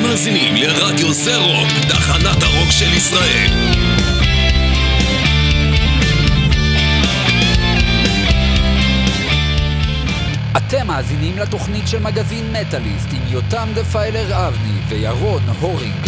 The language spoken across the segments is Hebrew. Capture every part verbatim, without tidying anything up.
מאזינים לרדיו זה רוק, תחנת הרוק של ישראל. אתם מאזינים לתוכנית של מגזין מטאליסט עם יותם דפיילר אבני וירון הורינג.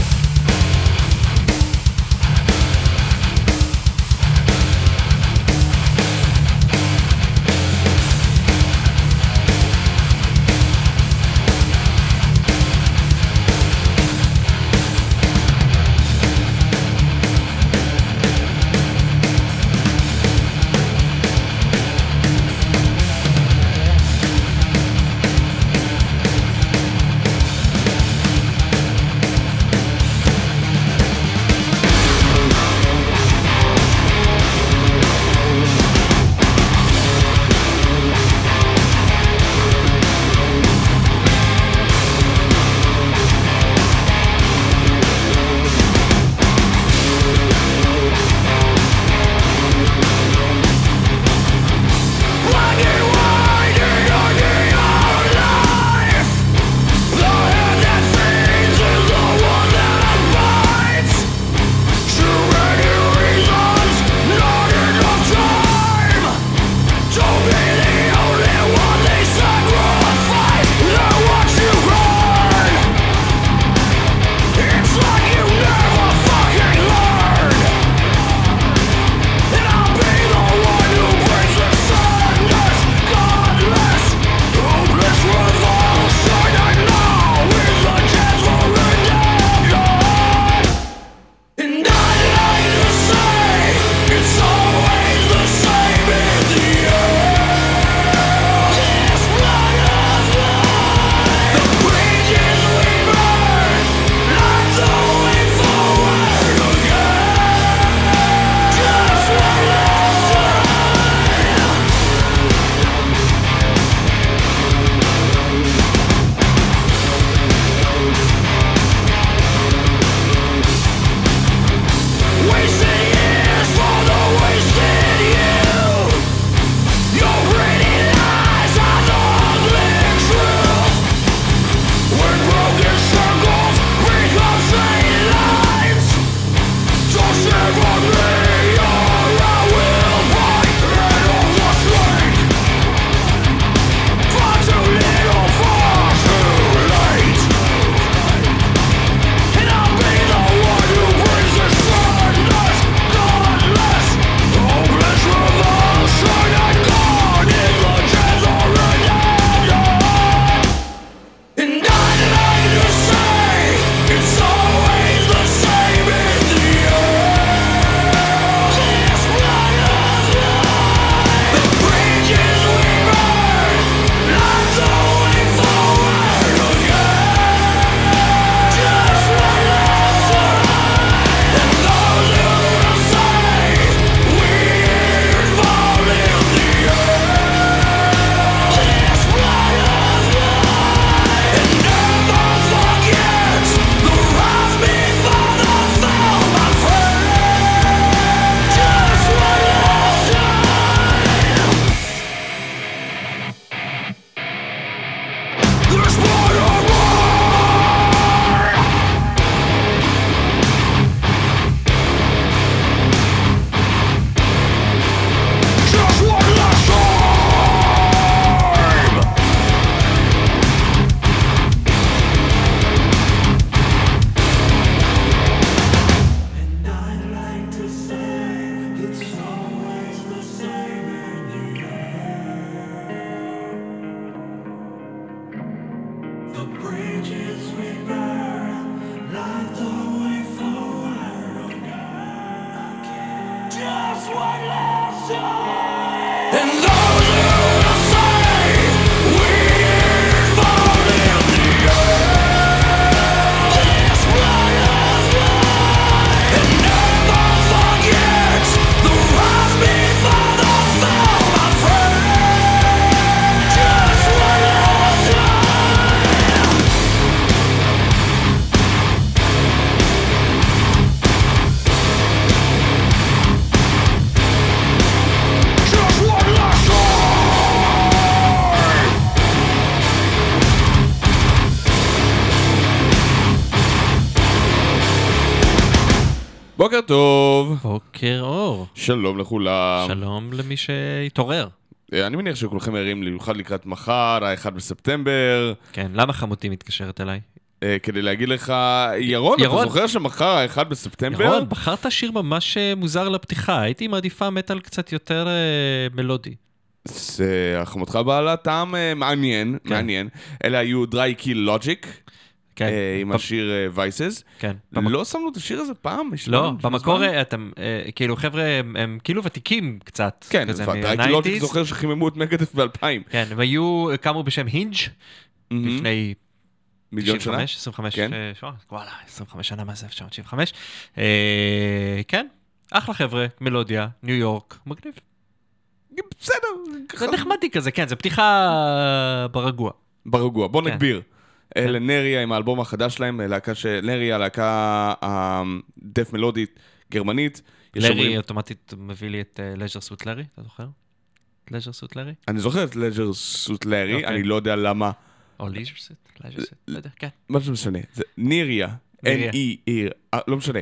בוקר טוב. בוקר אור. שלום לכולם. שלום למי שהתעורר. אני מניח שכולכם ערים במיוחד לקראת מחר, האחד בספטמבר. כן, למה חמותי מתקשרת אליי? כדי להגיד לך, ירון, אתה זוכר שמחר האחד בספטמבר? ירון, בחרת שיר ממש מוזר לפתיחה. הייתי מעדיפה מטל קצת יותר מלודי. זה חמותך בעלה טעם מעניין, מעניין. אלה היו Dry Kill Logic. עם השיר Vices. כן. לא שמנו את השיר הזה פעם? לא, במקור אתם, כאילו חבר'ה, הם כאילו ותיקים קצת. כן, Dry Kill Logic זוכר שחיממו את מגדף ב-אלפיים. כן, הם היו, קמו בשם הינג' לפני מיליון שנה? עשרים וחמש, וואלה, עשרים וחמש שנה מה זה, אלף תשע מאות שבעים וחמש. כן, אחלה חבר'ה, מלודיה, ניו יורק, מגניב. בסדר. זה נחמדי כזה, כן, זה פתיחה ברגוע. ברגוע, בוא נגביר. אלה נריה עם האלבום החדש שלהם, להקה של נריה, להקה דף מלודית גרמנית. לרי אוטומטית מביא לי את לג'ר סוט לרי, אתה זוכר? לג'ר סוט לרי? אני זוכר את לג'ר סוט לרי, אני לא יודע למה. או לג'ר סוט, לג'ר סוט, לא יודע, כן. מה זה משנה? זה נריה, N-E-A, לא משנה.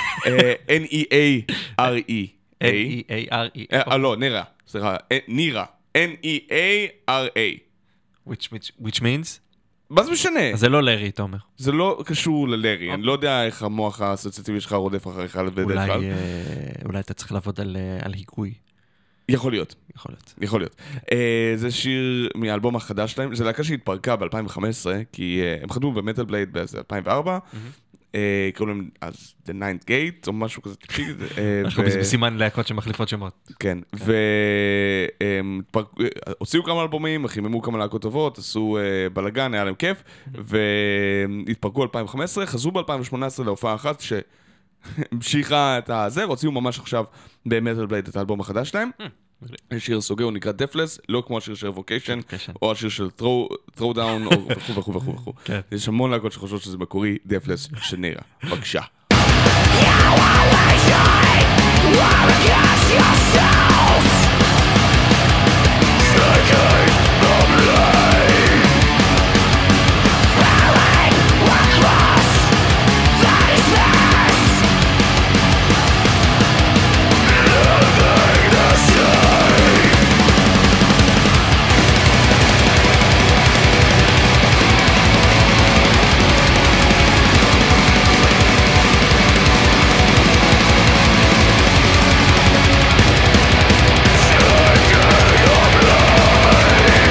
N-E-A-R-E. N-E-A-R-E. לא, נירה, סליחה, נירה. N-E-A-R-A. Which means? מה זה משנה? אז זה לא לרי, אתה אומר. זה לא קשור ללרי, אני לא יודע איך המוח האסוציאטיבי שלך רודף אחריך בדרך כלל. אולי אתה צריך לעבוד על היגוי. יכול להיות. יכול להיות. יכול להיות. זה שיר מהאלבום החדש שלהם, זה להקה שהתפרקה ב-אלפיים וחמש עשרה, כי הם חתמו במטל בלייד ב-אלפיים וארבע, קראו להם אז The Ninth Gate, או משהו כזה טיפשי. אנחנו בסימן להקות שמחליפות שמות. כן, והוציאו כמה אלבומים, חיממו כמה להקות טובות, עשו בלגן, היה להם כיף, והתפרקו ב-אלפיים וחמש עשרה, חזרו ב-אלפיים שמונה עשרה להופעה אחת, שהמשיכה את הזה, והוציאו ממש עכשיו במטל בלייד את האלבום החדש שלהם. השיר סוגר, הוא נקרא Deathless, לא כמו השיר של Vocation, או השיר של Throwdown, וכו' וכו' וכו' וכו'. יש המון להקות שחושבות שזה מקורי, Deathless של נירה. בבקשה. Take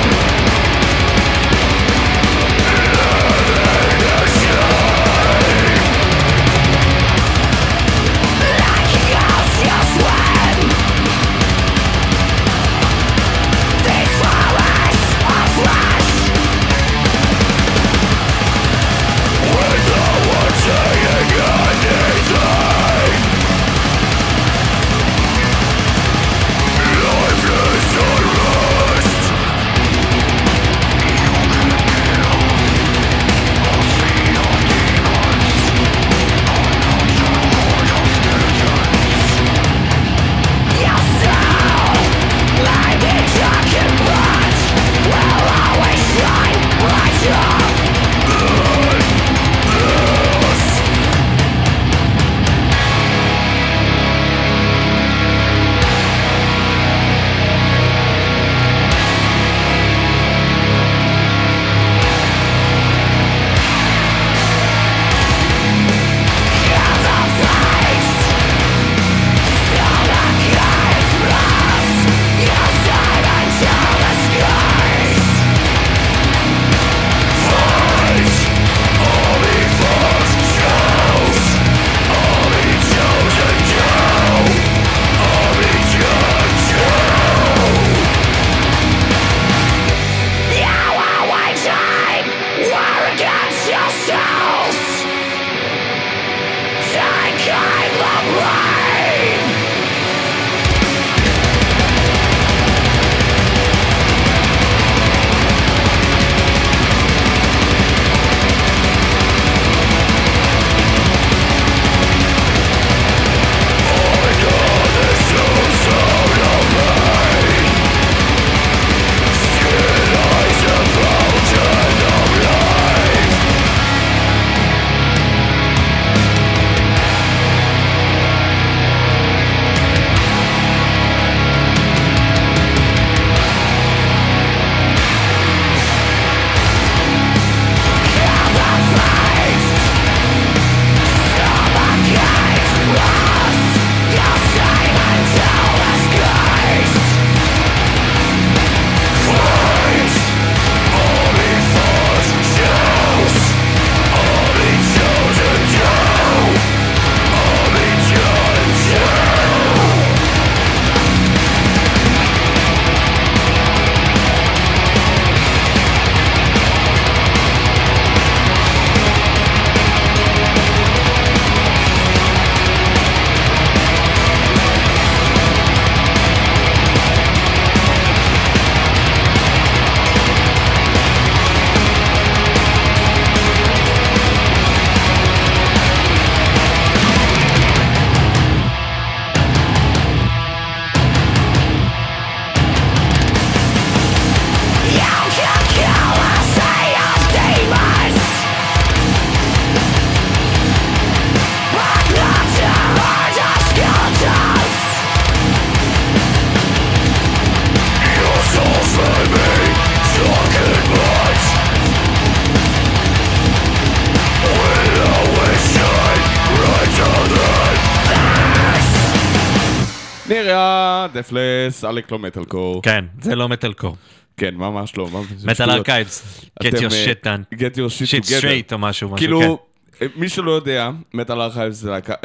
באוסטריה, דפלס, אלק לא מטל קור. כן, זה לא מטל קור. כן, ממש לא. מטל ארכייבס. Get אתם, your shit done. Get your shit shit together. straight או משהו, משהו, כאילו, מי שלא יודע, מטל ארכייבס זה להקה...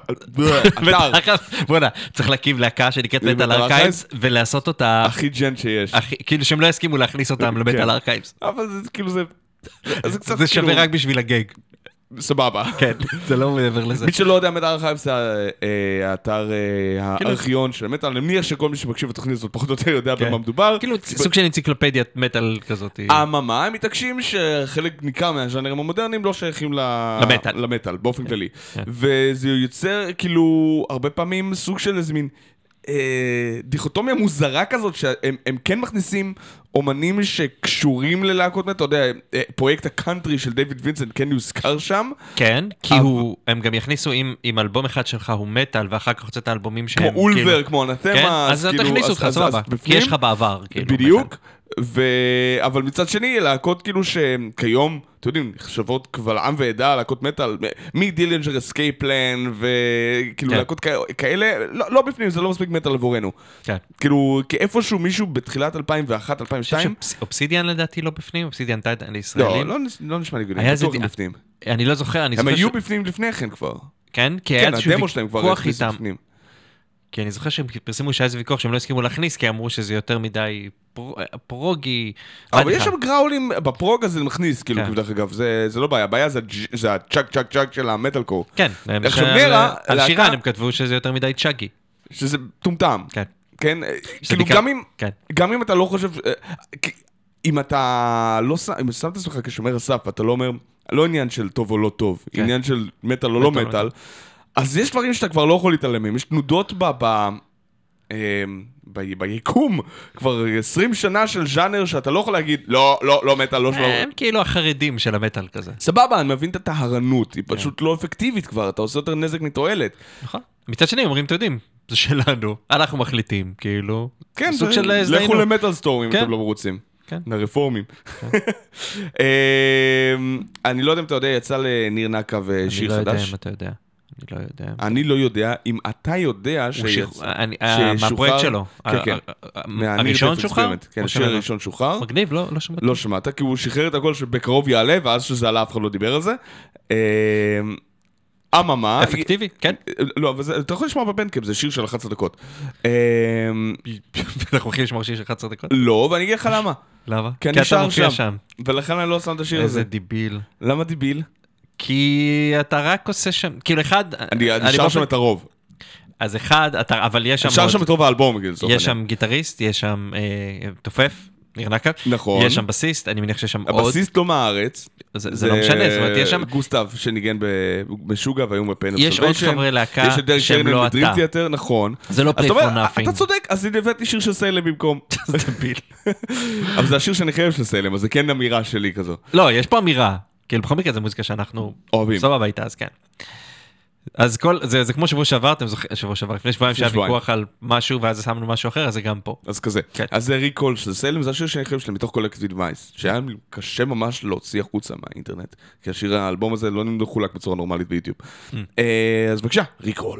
אתר בוא'נה, צריך להקים להקה שנקראת זה מטל Metal ארכייבס, ולעשות אותה, הכי ג'ן שיש. כאילו שהם לא יסכימו להכניס אותם למטל כן. ארכייבס. אבל זה כאילו זה... זה קצת זה שווה כאילו... רק בשביל הגג. סבבה. כן, זה לא מעבר לזה. מי שלא יודע, מטל ארכייבס זה אה, האתר אה, כאילו- הארכיון של המטל. אני מניח שכל מי שמקשיב לתוכנית הזאת פחות או יותר יודע כן. במה מדובר. כאילו סוג של אנציקלופדיית מטל כזאת. אממה, הם מתעקשים שחלק ניכר מהז'אנרים המודרניים לא שייכים ל- למטל. למטל, באופן כללי. כן. וזה יוצר כאילו הרבה פעמים סוג של איזה מין אה, דיכוטומיה מוזרה כזאת, שהם הם כן מכניסים אומנים שקשורים ללהקות מטל. אתה יודע, אה, פרויקט הקאנטרי של דיוויד וינסנט כן יוזכר שם. כן, כי אבל- הוא, הם גם יכניסו, אם, אם אלבום אחד שלך הוא מטל, ואחר כך הוצאת אלבומים שהם כמו אולבר, כמו אנתמה. כן, אז כאילו, תכניסו אותך, אז- אז סבבה. כי בפנים- יש לך בעבר, כאילו. בדיוק, ו... אבל מצד שני, להקות כאילו שכיום, אתם יודעים, נחשבות קבל עם ועדה, להקות מטל, מדילינג'ר אסקייפ פלן, וכאילו כן. להקות כאלה, כאלה לא, לא בפנים, זה לא מספיק מטל עבורנו. כן. כאילו, כאיפשהו מישהו בתחילת אלפיים ואחת אלפיים ושתיים, אובסידיאן לדעתי לא בפנים, אובסידיאן טייטן לא, לישראלים. לא, נש- לא נשמע לי גדולים, היה זה בטוח הם די- בפנים. אני לא זוכר, אני הם זוכר היו ש- בפנים לפני כן כבר. כן, כי היה כן, איזשהו הדמו שלהם כבר ויכוח הכניסו איתם. בפנים. כי אני זוכר שהם פרסמו שהיה איזה ויכוח שהם לא הסכימו להכניס, כי אמרו שזה יותר מדי פרו- פרוגי. אבל מה יש לך? שם גראולים, בפרוג הזה זה מכניס, כאילו, כן. דרך אגב, זה זה לא בעיה, הבעיה זה הג'- זה הצ'אק צ'אק צ'אק של המטל קור. כן, הם- עכשיו, על- נראה, על להקה- שירן הם כתבו שזה יותר מדי צ'אגי. שזה טומטם. כן. כן? כאילו בעיקר- גם אם, כן. גם אם אתה לא חושב, אה, כי- אם אתה לא שם, אם שם את עצמך כשומר הסף, אתה לא אומר, לא עניין של טוב או לא טוב, כן. עניין של מטל או לא מטל או מטל, אז יש דברים שאתה כבר לא יכול להתעלם מהם, יש תנודות ב... ב אה, ב- ביקום, כבר עשרים שנה של ז'אנר שאתה לא יכול להגיד, לא, לא, לא מטל, לא שלא. הם כאילו החרדים של המטל כזה. סבבה, אני מבין את הטהרנות, היא פשוט לא אפקטיבית כבר, אתה עושה יותר נזק מתועלת. נכון. מצד שני אומרים, אתם יודעים, זה שלנו, אנחנו מחליטים, כאילו. כן, סוג זה- של לכו הזדיינות. למטל סטור אם כן. אתם לא מרוצים. כן. לרפורמים. אמ, אני לא יודע אם אתה יודע, יצא לניר נקה אני ושיר לא יודע חדש. אם אתה יודע. אני לא יודע. אני לא יודע אם אתה יודע הוא שיצא. שיר- אני- אה, מהפרויקט שלו. כן, כן. ה- ה- ה- מהניר הראשון דף שוחרר? אקספרימנט. כן, או השיר שלא? הראשון שוחרר. מגניב, לא לא שמעתי. לא שמעת, כי הוא שחרר את הכל שבקרוב יעלה, ואז שזה עלה אף אחד לא דיבר על זה. אמ, אממה. אפקטיבי, כן. לא, אבל זה- אתה יכול לשמוע בבנדקאמפ, זה שיר של אחת עשרה דקות. אמ, אנחנו הולכים לשמור שיר של אחת עשרה דקות? לא, ואני אגיד לך למה. למה? כי אני אתה שר מופיע שם. ולכן אני לא שם את השיר איזה הזה. דיביל. למה דיביל? כי אתה רק עושה שם, כאילו אחד... אני אני שר באופן- שם את הרוב. אז אחד, אתה, אבל יש שם אני שר עוד- שם את רוב האלבום, כאילו, לצורך יש העניין. שם גיטריסט, יש שם אה, תופף, ניר נקה. נכון. יש שם בסיסט, אני מניח שיש שם עוד. הבסיסט לא מהארץ. זה זה לא משנה, זאת אומרת, יש שם... גוסטב שניגן ב- בשוגה והיום בפן יש עוד חברי להקה יש את דרק שהם שרנן לא ודרים אתה. תיאטר, נכון. זה לא אז play אתה for אומר, nothing. אתה צודק, אז אני הבאתי שיר של סיילם במקום. זה דביל. אבל זה השיר שאני חייב של סיילם, אז זה כן אמירה שלי כזו. לא, יש פה אמירה. כאילו, בכל מקרה זו מוזיקה שאנחנו... אוהבים. סבבה איתה, אז כן. אז כל, זה, זה כמו שבוע שעבר, אתם זוכרים, שבוע שעבר, לפני שבועיים לפני שהיה שבועיים. ויכוח על משהו, ואז שמנו משהו אחר, אז זה גם פה. אז כזה. כן. אז זה ריקול של סיילם, זה השיר שאני חייב שלי מתוך קולקטיב מייס, שהיה לי קשה ממש להוציא החוצה מהאינטרנט, כי השיר, האלבום הזה לא מחולק בצורה נורמלית ביוטיוב. אה, אז בבקשה, ריקול.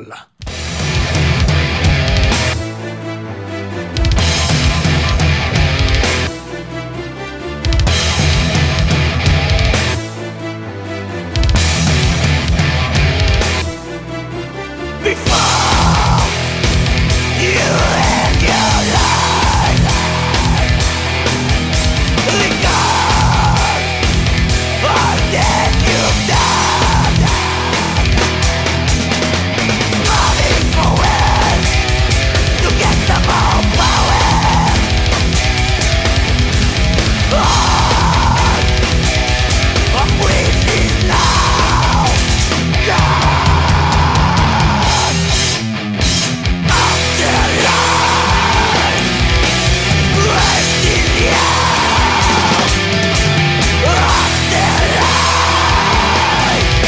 After life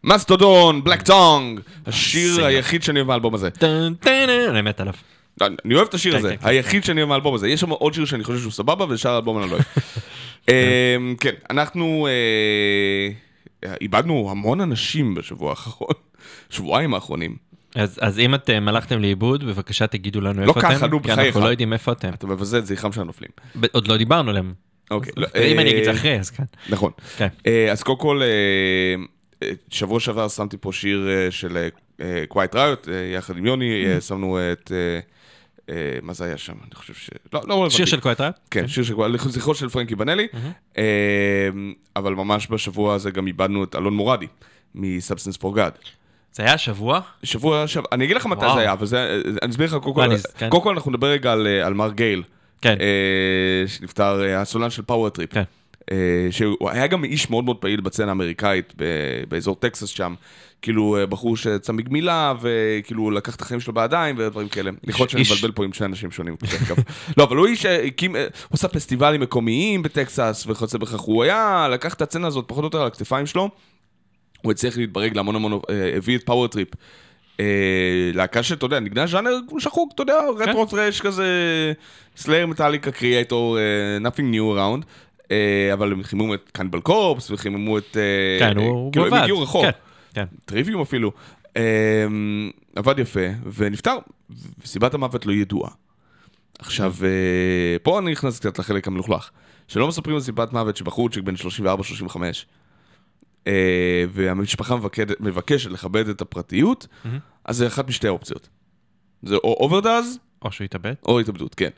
מסטודון, בלק טונג, השיר היחיד שאני אוהב מהאלבום הזה. אני מת עליו. אני אוהב את השיר הזה, היחיד שאני אוהב מהאלבום הזה. יש שם עוד שיר שאני חושב שהוא סבבה, ושאר האלבום אני לא אוהב. כן, אנחנו איבדנו המון אנשים בשבוע האחרון, שבועיים האחרונים. אז אם אתם הלכתם לאיבוד, בבקשה תגידו לנו איפה אתם. לא ככה, נו, בחייך. כי אנחנו לא יודעים איפה אתם. אתה מבזה את זכרם של הנופלים. עוד לא דיברנו עליהם. אוקיי. אם אני אגיד זה אחרי, אז כן. נכון. אז קודם כל, שבוע שעבר שמתי פה שיר של Quiet Riot, יחד עם יוני, שמנו את... מה זה היה שם? אני חושב ש... שיר של Quiet Riot? כן, שיר של Quiet Riot, זכרו של פרנקי בנלי, אבל ממש בשבוע הזה גם איבדנו את אלון מורדי, מ-Substance for God. זה היה שבוע? שבוע, אני אגיד לך מתי זה היה, אבל אני אסביר לך, קודם כל אנחנו נדבר רגע על מר גייל, שנפטר, הסולן של פאוור טריפ, שהוא היה גם איש מאוד מאוד פעיל בצנה האמריקאית, באזור טקסס שם, כאילו בחור שצא מגמילה, וכאילו לקח את החיים שלו בידיים, ודברים כאלה. יכול להיות שאני מבלבל פה עם שני אנשים שונים. לא, אבל הוא איש, הוא עושה פסטיבלים מקומיים בטקסס, וחוצה בכך, הוא היה, לקח את הצנה הזאת פחות או יותר על הכתפיים שלו, הוא הצליח להתברג להמון המון, הביא את פאוור טריפ, להקה שאתה יודע, נגנה ז'אנר שחוק, אתה יודע, רטרו טרש כזה, סלייר מטאליקה קריאטור, nothing new around, אבל הם חיממו את קניבל קורפס, וחיממו את... כן, הוא עבד. הם הגיעו רחוק. כן. טריוויום אפילו. עבד יפה, ונפטר, וסיבת המוות לא ידועה. עכשיו, פה אני נכנס קצת לחלק המלוכלך, שלא מספרים על סיבת מוות שבחורצ'יק בין שלושים וארבע שלושים וחמש, והמשפחה מבקשת לכבד את הפרטיות, אז זה אחת משתי האופציות. זה או אוברדאז, או שהוא יתאבד. או התאבדות, כן.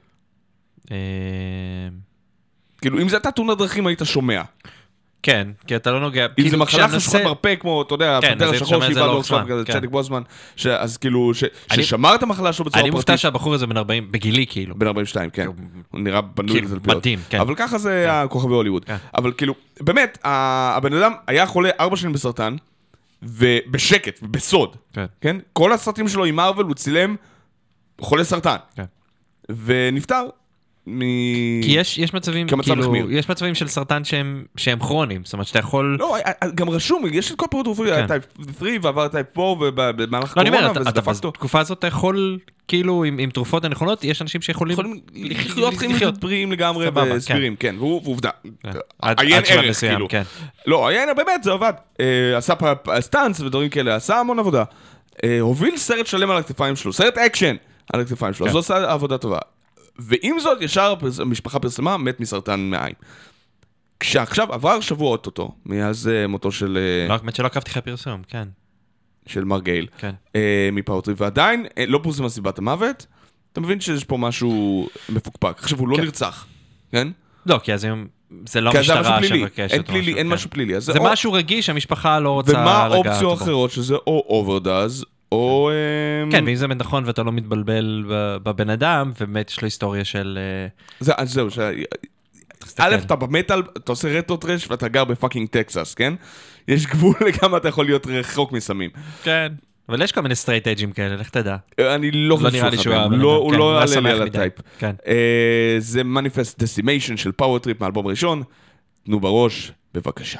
כאילו, אם זה הייתה תאונת דרכים, היית שומע. כן, כי אתה לא נוגע... אם זה מחלה חשוכת מרפא, כמו, אתה יודע, הפנתר השחור שאיבד לו עכשיו, צ'אדיק בוזמן, אז כאילו, ששמר את המחלה שלו בצורה פרטית. אני מופתע שהבחור הזה בן ארבעים, בגילי כאילו. בן ארבעים ושתיים, כן. הוא נראה בנוי לתלפיות. מדהים, כן. אבל ככה זה הכוכבי הוליווד. אבל כאילו, באמת, הבן אדם היה חולה ארבע שנים בסרטן, ובשקט, בסוד. כן? כל הסרטים שלו עם מארוול הוא צילם חולה סרטן. ונפטר. כי יש, יש מצבים, כאילו, יש מצבים של סרטן שהם, שהם כרוניים, זאת אומרת שאתה יכול... לא, גם רשום, יש את כל פרוט רפואי, היה טייפ שלוש ועבר טייפ ארבע ובמהלך קורונה, וזה תפס אותו. בתקופה הזאת אתה יכול, כאילו, עם תרופות הנכונות, יש אנשים שיכולים לחיות חיים בריאים לגמרי וסבירים, כן, ועובדה. עיין ערך, כאילו. לא, עיין באמת, זה עובד. עשה סטאנס ודברים כאלה, עשה המון עבודה. הוביל סרט שלם על הכתפיים שלו, סרט אקשן על הכתפיים שלו, זו עושה עבודה טובה. ועם זאת, ישר המשפחה פרסמה, מת מסרטן מעיים. כשעכשיו עבר שבוע אוטוטו, מאז מותו של... לא, באמת שלא עקבתי אחרי פרסום, כן. של מר גייל. כן. מפאוטריפ, ועדיין לא פורסמה סיבת המוות, אתה מבין שיש פה משהו מפוקפק. עכשיו, הוא לא נרצח, כן? לא, כי אז היום... זה לא משטרה שבקשת. אין פלילי, אין משהו פלילי. זה משהו רגיש, המשפחה לא רוצה לגעת. ומה האופציות אחרות, שזה או אוברדאז, או... כן, ואם זה נכון ואתה לא מתבלבל בבן אדם, ובאמת יש לו היסטוריה של... זהו, א', אתה במטל, אתה עושה רטרו טרש, ואתה גר בפאקינג טקסס, כן? יש גבול לכמה אתה יכול להיות רחוק מסמים. כן, אבל יש כל מיני סטרייט אייג'ים כאלה, לך תדע. אני לא חושב לך, הוא לא עלה לי על הטייפ. זה Manifest Decimation של פאוור טריפ מאלבום ראשון, תנו בראש, בבקשה.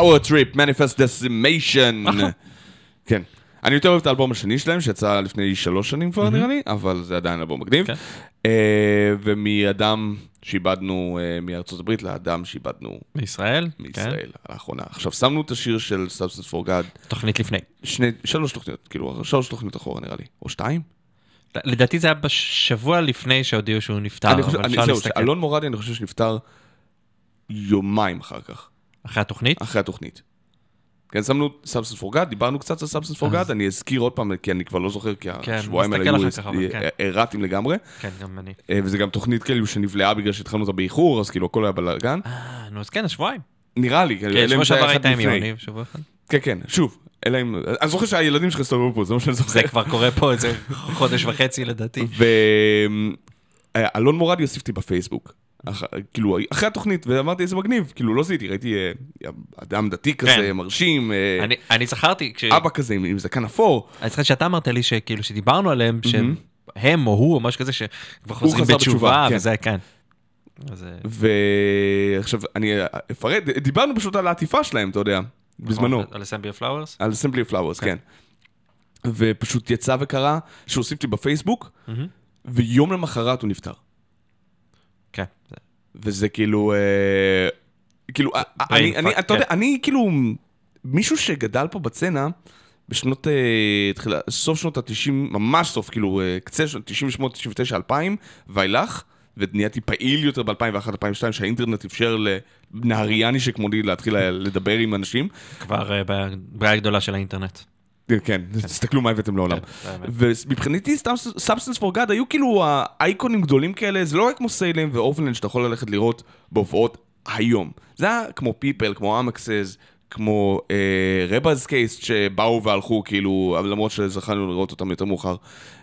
Power Trip, Manifest Decimation. אחלה. כן. אני יותר אוהב את האלבום השני שלהם, שיצא לפני שלוש שנים כבר נראה לי, אבל זה עדיין אלבום מגניב. כן. אה, ומאדם שאיבדנו אה, מארצות הברית לאדם שאיבדנו בישראל? מישראל, לאחרונה. עכשיו, שמנו את השיר של Substance for God, תוכנית לפני. שני, שלוש תוכניות, כאילו, שלוש תוכניות אחורה נראה לי, או שתיים? לדעתי זה היה בשבוע לפני שהודיעו שהוא נפטר, אני חושב, אבל אני, אפשר זהו, להסתכל. אלון מורדי, אני חושב שנפטר יומיים אחר כך, אחרי התוכנית? אחרי התוכנית. כן, שמנו Substance for God, דיברנו קצת על Substance for God, אני אזכיר עוד פעם, כי אני כבר לא זוכר, כי כן, השבועיים נסתכל האלה היו אחר כך, אבל כן. הרטים לגמרי, כן, גם אני. אה, וזה גם תוכנית כאילו שנבלעה בגלל שהתחלנו אותה באיחור, אז כאילו הכל היה בלגן. אה, נו, אז כן, השבועיים. נראה לי, כן, אלא אם שבוע זה היה שעבר אחד הייתה עם לפני. יוני, שבוע אחד. כן, כן, שוב, אלא אם... אני זוכר שהילדים שלך הסתובבו פה, זה מה שאני זוכר. זה כבר קורה פה איזה חודש וחצי לדעתי. ואלון מורדי הוסיף אותי בפייסבוק. אח- כאילו, אחרי התוכנית, ואמרתי איזה מגניב, כאילו לא זיהיתי, ראיתי אה, אדם דתי כזה, כן. מרשים, אה, אני- אני זכרתי, כש- אבא כזה עם עם זקן אפור. אני זוכר שאתה אמרת לי שכאילו שדיברנו עליהם, שהם או הוא או משהו כזה שכבר חוזרים חזר בתשובה, בתשובה, כן. וזה כן. אז, אה, ועכשיו, אני אפרט, דיברנו פשוט על העטיפה שלהם, אתה יודע, בזמנו. על אסמבלי פלאוורס? על Simply Flowers, כן. ופשוט יצא וקרה שהוא הוסיף לי בפייסבוק, ויום למחרת הוא נפטר. כן. זה- וזה כאילו, אה, כאילו, אה, אני, אני, fuck, אתה יודע, כן. אני כאילו, מישהו שגדל פה בצנה, בשנות, אה, תחילה, סוף שנות ה-תשעים, ממש סוף, כאילו, אה, קצה שנות תשעים ושמונה, תשעים ותשע, אלפיים, ואילך, ונהייתי פעיל יותר ב-אלפיים ואחת אלפיים ושתיים, שהאינטרנט אפשר לנהריאני שכמודי להתחיל לדבר עם אנשים. כבר אה, בעיה- בעיה גדולה של האינטרנט. כן, תסתכלו מה הבאתם לעולם. זה האמת. ומבחינתי Substance for God היו כאילו האייקונים גדולים כאלה, זה לא רק כמו סיילם ואופנלנד שאתה יכול ללכת לראות בהופעות היום. זה היה כמו פיפל, כמו אמקסס, כמו רבאז קייס שבאו והלכו, כאילו, למרות שזכרנו לראות אותם יותר מאוחר.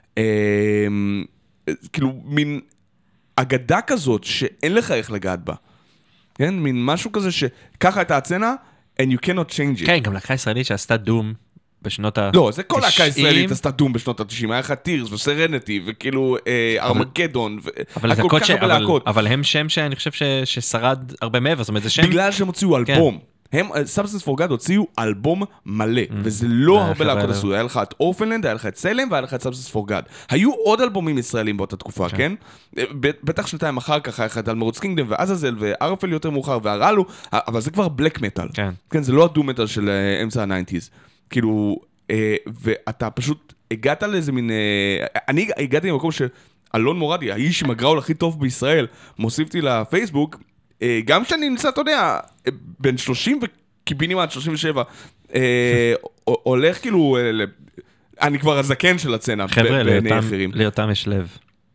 אה, כאילו, מין אגדה כזאת שאין לך איך לגעת בה. כן? מין משהו כזה שככה את הצצנה, and you cannot change it. כן, גם להקה ישראלית שעשתה דום בשנות ה... לא, זה כל להקה תשעים. ישראלית עשתה דום בשנות ה-תשעים, היה לך טירס וסרנטי וכאילו אה, ארמגדון, אבל היה זה כל להקות כך ש... הרבה אבל- להקות. אבל הם שם שאני חושב ש- ששרד הרבה מעבר, זאת אומרת, זה שם... בגלל שהם הוציאו אלבום. הם, Substance for God הוציאו אלבום מלא, וזה לא אה, הרבה חבר'ה, להקות לא. עשו, היה לך את אורפנלנד, היה לך את סלם והיה לך את Substance for God. היו עוד אלבומים ישראלים באותה תקופה, כן? ב- בטח שנתיים אחר כך היה לך את אלמרוץ קינגדם ועזאזל וארפל יותר מאוחר והרלו, אבל זה כבר בלק מטל. כן. כן, זה לא הדום מטל של אה, אמצע ה-תשעים. כאילו, אה, ואתה פשוט הגעת לאיזה מין... אה, אני הגעתי למקום שאלון מורדי, האיש עם הגראול הכי טוב בישראל, מוסיף אותי לפייסבוק, אה, גם כשאני נמצא, אתה יודע, אה, בין שלושים וקיבינימט שלושים ושבע, אה, הולך כאילו... אה, ל- אני כבר הזקן של הצנה, חבר'ה, ב- בעיני ליותם- אחרים. ליותם יש לב.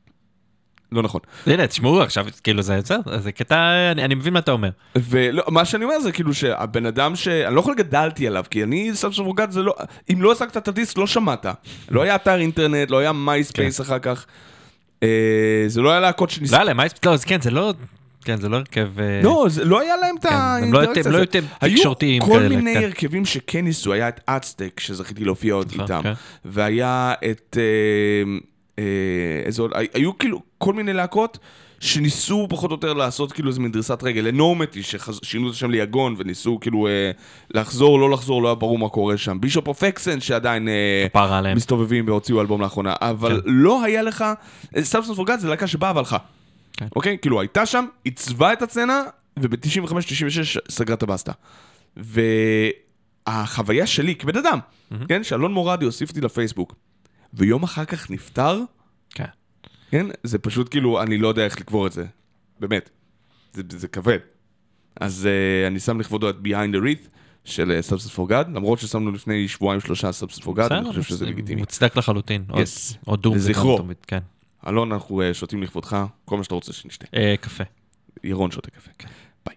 לא נכון. הנה, תשמעו עכשיו, כאילו זה יוצא, זה קטע, אני אני מבין מה אתה אומר. ומה שאני אומר זה כאילו שהבן אדם ש... אני לא יכול גדלתי עליו, כי אני Substance for God זה לא... אם לא עסקת את הדיסק, לא שמעת. לא היה אתר אינטרנט, לא היה מייספייס אחר כך. אה, זה לא היה להקות שניסו... לא, למה, לא, אז כן, זה לא, כן, זה לא הרכב... אה, לא, זה לא היה להם את כן, הם לא האינטראקציה יותר- לא הזאת. יותר תקשורתיים היו כל כאלה, מיני כן. הרכבים שכן ניסו, היה את אצטק, שזכיתי להופיע עוד נכון, איתם. כן. והיה את... אה, אה, איזה עוד... היו כאילו כל מיני להקות שניסו פחות או יותר לעשות כאילו איזה מין דריסת רגל. אנורמטי, ששינו את השם ליגון, וניסו כאילו אה, לחזור, לא לחזור, לא היה ברור מה קורה שם. בישופ אוף אקסן, שעדיין אה, כפרה עליהם. מסתובבים והוציאו אלבום לאחרונה. אבל לא היה לך... Substance for God זה להקה שבאה והלכה. כן. אוקיי? כאילו הייתה שם, עיצבה את הצצנה, וב-תשעים וחמש תשעים ושש סגרה את הבסטה. והחוויה שלי כבן אדם, כן? שאלון מורדי הוסיף אותי לפייסבוק, ויום אחר כך נפטר, כן. כן? זה פשוט כאילו, אני לא יודע איך לקבור את זה. באמת. זה, זה כבד. אז uh, אני שם לכבודו את Behind the Wreath של uh, Substance for God, למרות ששמנו לפני שבועיים שלושה Substance for God, אני חושב שזה לגיטימי. מוצדק לחלוטין. עוד- Yes. עוד דום. זה גם לזכרו. תמיד, כן. אלון, אנחנו uh, שותים לכבודך, כל מה שאתה רוצה שנשתה. אה, קפה. ירון שותה קפה. ביי.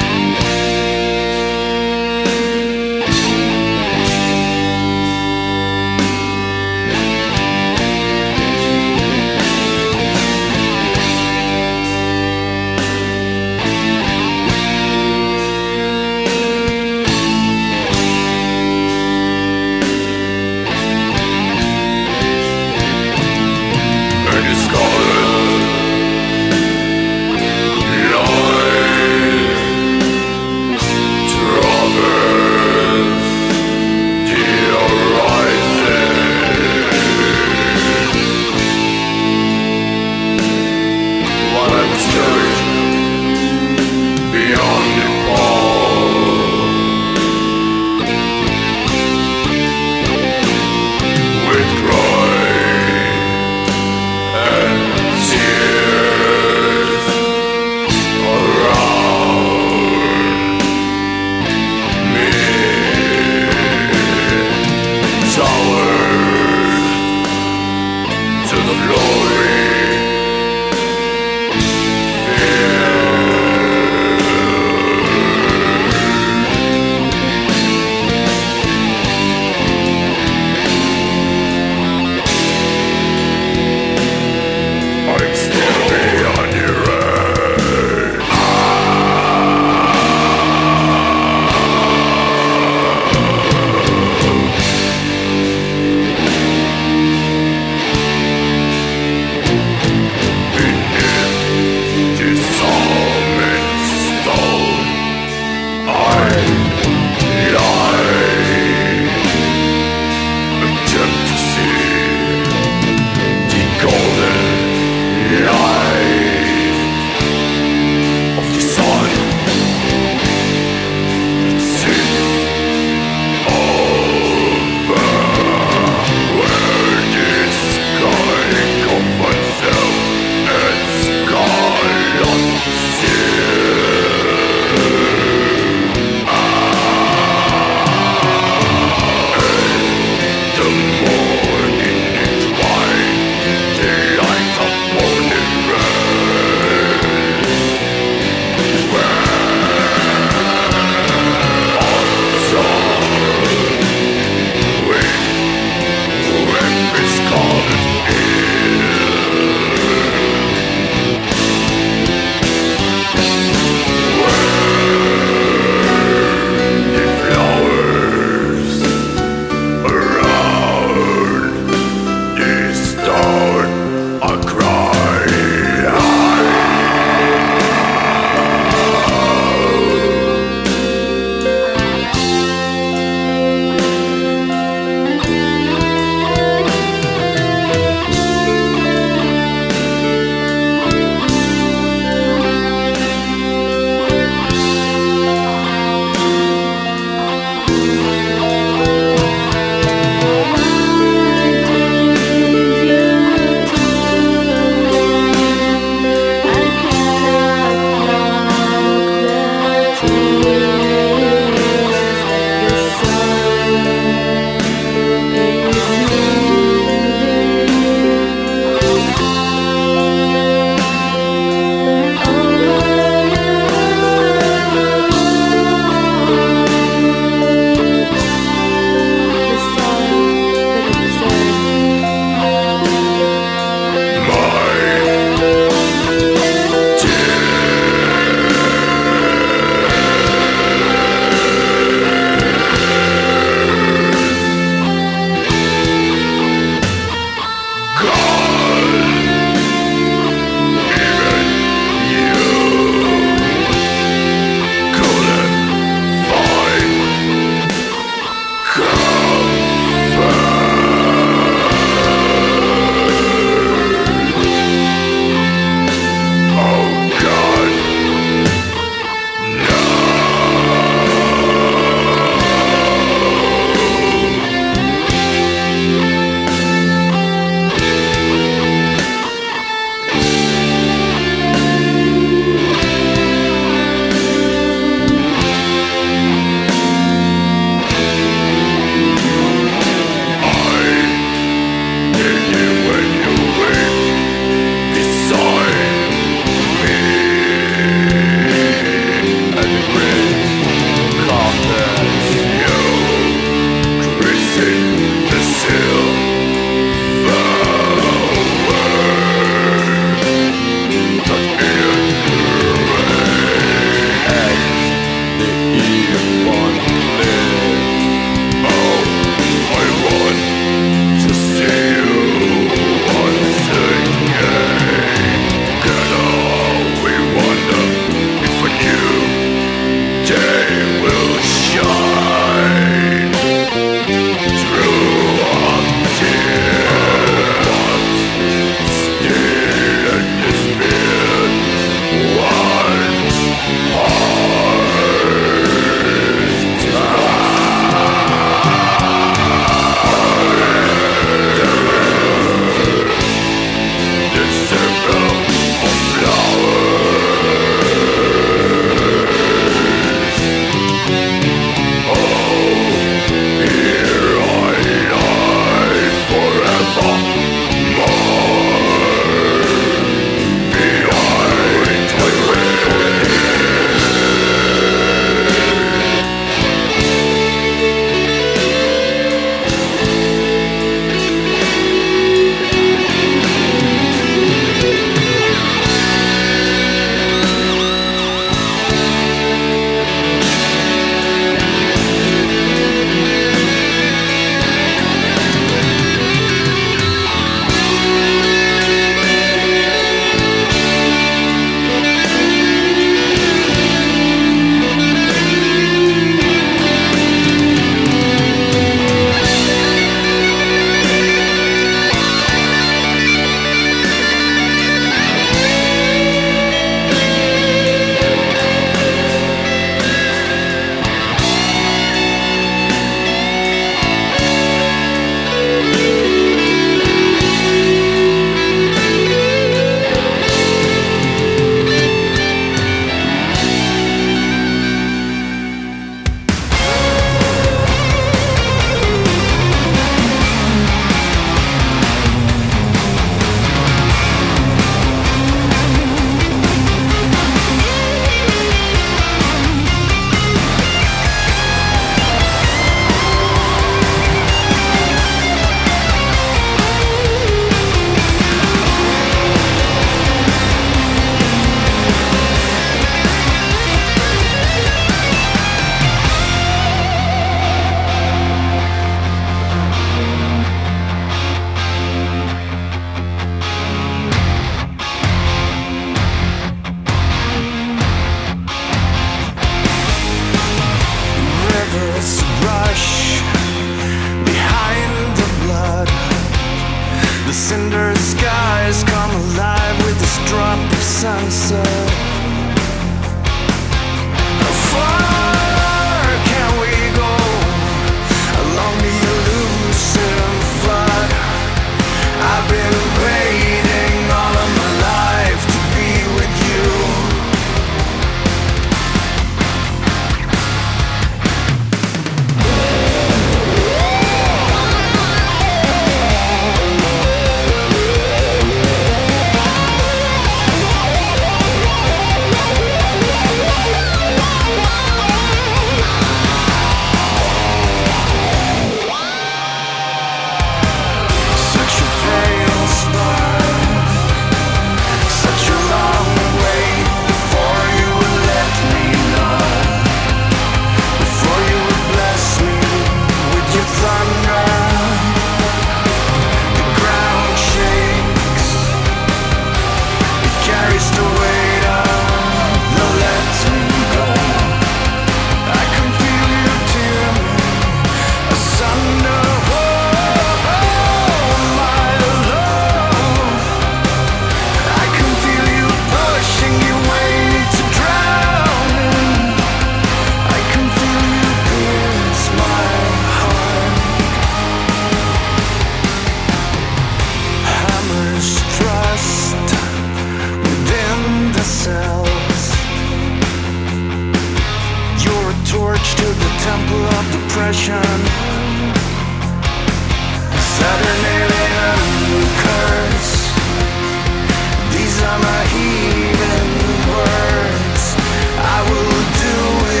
These are my heathen words. I will do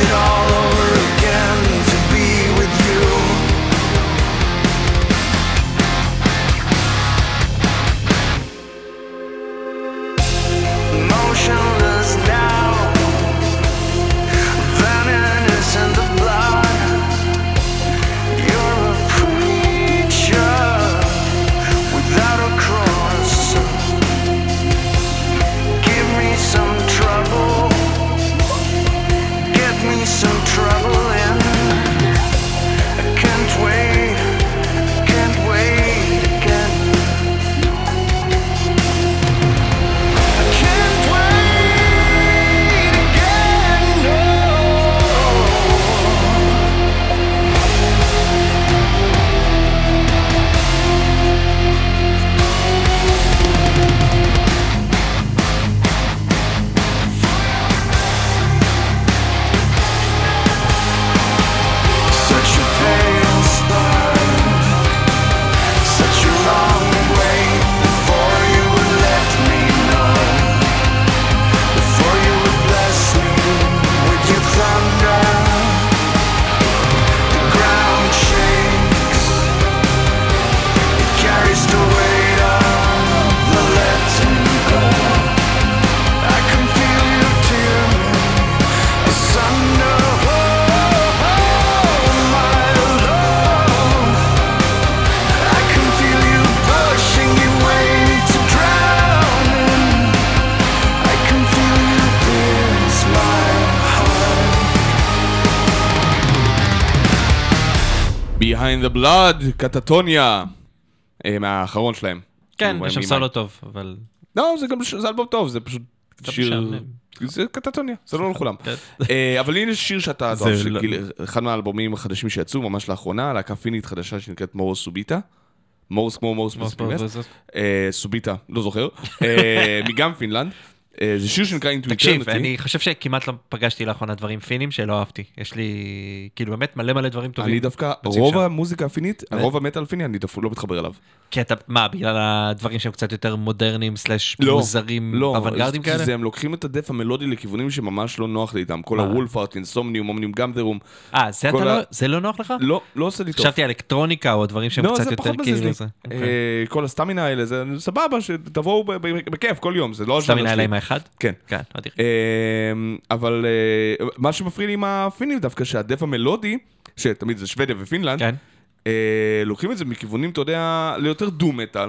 Behind the Blood, קטטוניה, מהאחרון שלהם. כן, יש שם סולו טוב, אבל... לא, זה גם, זה אלבום טוב, זה פשוט שיר... משעמם. זה קטטוניה, זה לא לכולם. אבל הנה שיר שאתה, אחד מהאלבומים החדשים שיצאו ממש לאחרונה, להקה פינית חדשה שנקראת מורוס סוביטה. מורוס כמו מורוס פסיפימס. סוביטה, לא זוכר. מגם פינלנד. זה שיר שנקרא Into Eternity. תקשיב, אני חושב שכמעט לא פגשתי לאחרונה דברים פינים שלא אהבתי. יש לי כאילו באמת מלא מלא דברים טובים. אני דווקא, רוב המוזיקה הפינית, רוב המטל הפיני, אני לא מתחבר אליו. כי אתה, מה, בגלל הדברים שהם קצת יותר מודרניים, סלש מוזרים, אוונגרדים כאלה? לא, הם לוקחים את הדף המלודי לכיוונים שממש לא נוח לי איתם. כל הוולפארט, אינסומניום, אומניום גמדרום. אה, זה לא נוח לך? לא, לא עושה לי טוב. חשבתי אלקטרוניקה או דברים שהם קצת יותר כאילו זה. כל הסטמינה האלה, זה סבבה, שתבואו בכיף כל יום, זה לא... סטמינה האלה עם האחד? כן. כן, אדיר. אבל מה שמפריע לי עם הפינים דווקא שהדף המלודי, שתמיד זה שוודיה ופינלנד, כן. לוקחים את זה מכיוונים, אתה יודע, ליותר דו מטל,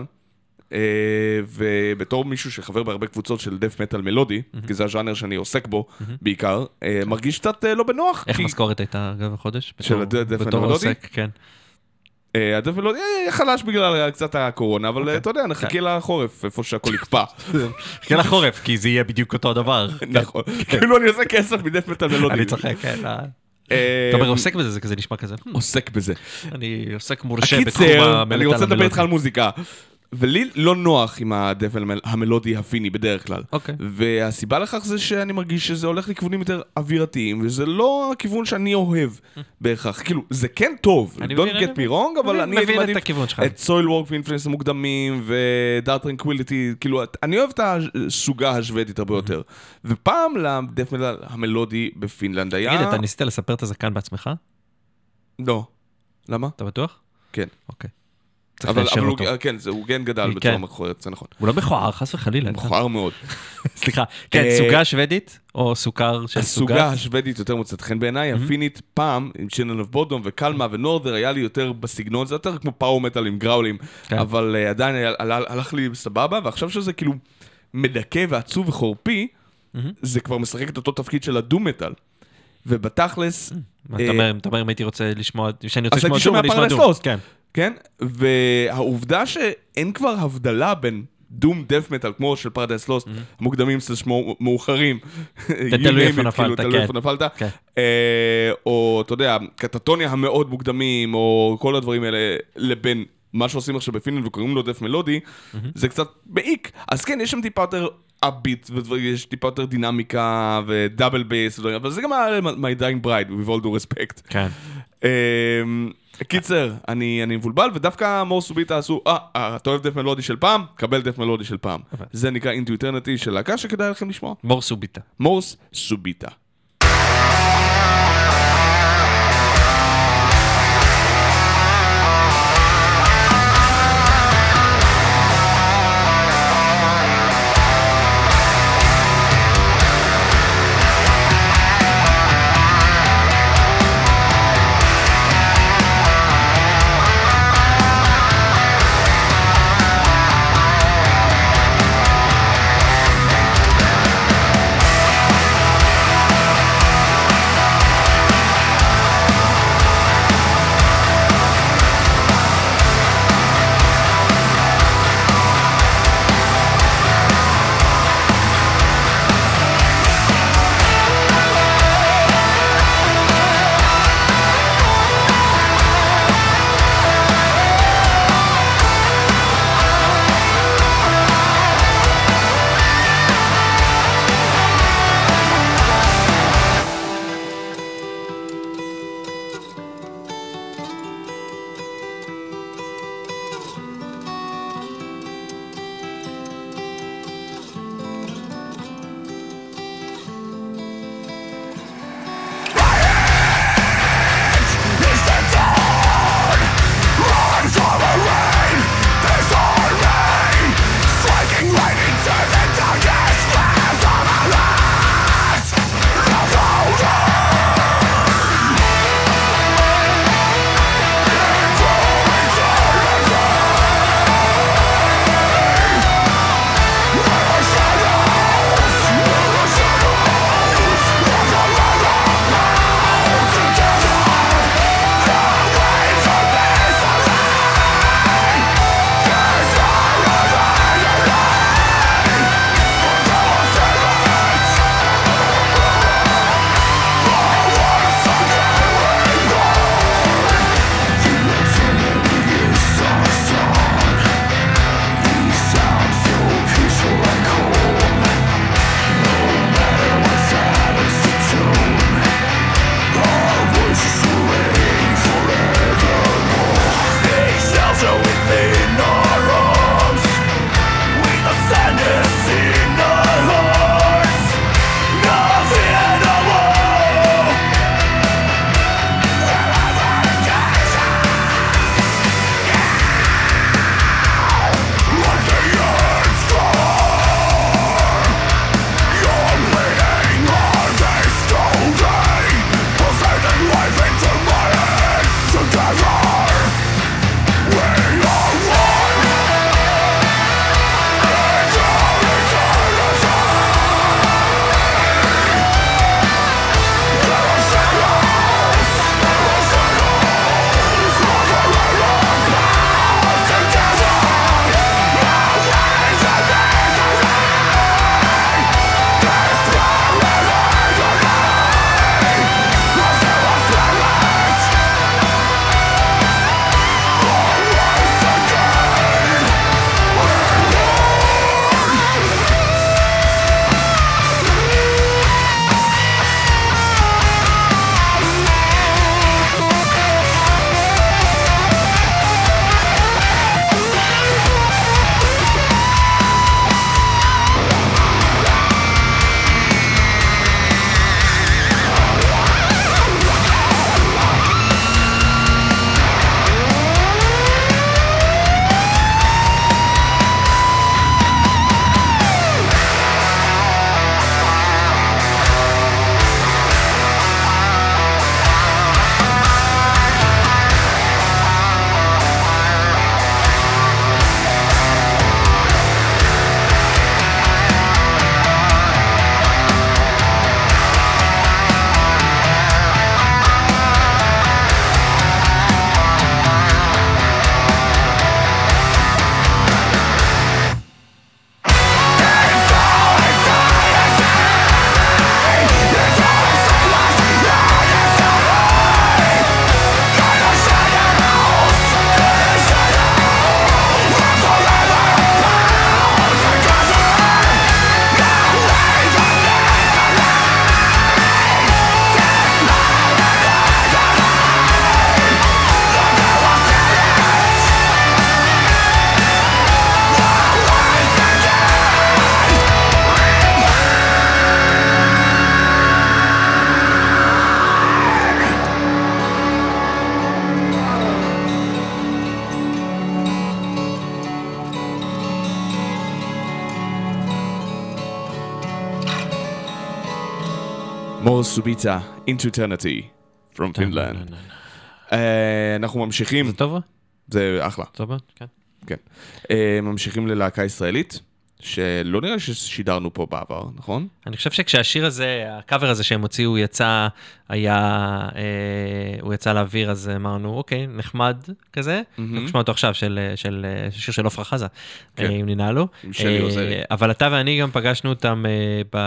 ובתור מישהו שחבר בהרבה קבוצות של דף מטל מלודי, כי זה הז'אנר שאני עוסק בו בעיקר, מרגיש קצת לא בנוח. איך משכורת הייתה אגב החודש? של הדף המלודי? כן. הדף מלודי חלש בגלל קצת הקורונה, אבל אתה יודע, נחכה לחורף, איפה שהכל יקפא. נחכה לחורף, כי זה יהיה בדיוק אותו הדבר. נכון. כאילו אני עושה כסף מדף מטל מלודי. אני צוחק, כן. אתה אומר, עוסק בזה, זה כזה נשמע כזה. עוסק בזה. אני עוסק מורשה בתחום הקיצר, המלטל אני רוצה לדבר המלודי. איתך על מוזיקה. ולי לא נוח עם הדף המלודי הפיני בדרך כלל. אוקיי. והסיבה לכך זה שאני מרגיש שזה הולך לכיוונים יותר אווירתיים, וזה לא הכיוון שאני אוהב בהכרח. כאילו, זה כן טוב, don't get me wrong, אבל אני הייתי מעדיף את סויל וורק ואינפלנס המוקדמים, ודארט טרנקוויליטי, כאילו, אני אוהב את הסוגה השוודית הרבה יותר. ופעם לדף המלודי בפינלנד היה... תגיד, אתה ניסית לספר את הזקן בעצמך? לא. למה? אתה בטוח? כן. אוקיי. אבל הוא, כן, הוא גן גדל בצורה מכוערת, זה נכון. הוא לא מכוער, חס וחלילה. מכוער מאוד. סליחה, כן, סוגה שוודית, או סוכר של סוגה? הסוגה השוודית יותר מוצאת חן בעיניי, הפינית פעם, עם צ'ינל אוף בודום וקלמה ונורדר, היה לי יותר בסגנון, זה יותר כמו פאור מטל עם גראולים, אבל עדיין הלך לי סבבה, ועכשיו שזה כאילו מדכא ועצוב וחורפי, זה כבר משחק את אותו תפקיד של הדום מטל. ובתכלס... אתה אומר אם הייתי רוצה לשמוע, שאני רוצה לשמוע דום, אני אשמע דום. כן. כן? והעובדה שאין כבר הבדלה בין דום דף מטל, כמו של פרדייס לוסט, המוקדמים סלש מאוחרים. תלוי איפה נפלת, כן. תלוי איפה נפלת. או, אתה יודע, קטטוניה המאוד מוקדמים, או כל הדברים האלה, לבין מה שעושים עכשיו בפינלנד וקוראים לו דף מלודי, זה קצת בעיק. אז כן, יש שם טיפה יותר אביט, ויש טיפה יותר דינמיקה, ודאבל בייס, אבל זה גם היה My Dying Bride, with all due respect. כן. קיצר, אני מבולבל, ודווקא מור סוביטה עשו, אה, אתה אוהב דף מלודי של פעם? קבל דף מלודי של פעם. זה נקרא Into Eternity של להקה שכדאי לכם לשמוע. מור סוביטה. מורס סוביטה. אמור סוביצה, Into Eternity, From Finland. אה, אנחנו ממשיכים, זה טוב? זה אחלה, טוב, כן. כן. אה, ממשיכים ללהקה ישראלית, שלא נראה לי ששידרנו פה בעבר, נכון? אני חושב שכשהשיר הזה, הקאבר הזה שהם הוציאו, הוא יצא, היה, אה, הוא יצא לאוויר, אז אמרנו, אוקיי, נחמד כזה. אנחנו נשמע אותו עכשיו, של, של, שיר של עופרה חזה, כן. אה, אם ננהלו. עם שלי עוזרי. אה, אבל אתה ואני גם פגשנו אותם אה, ב...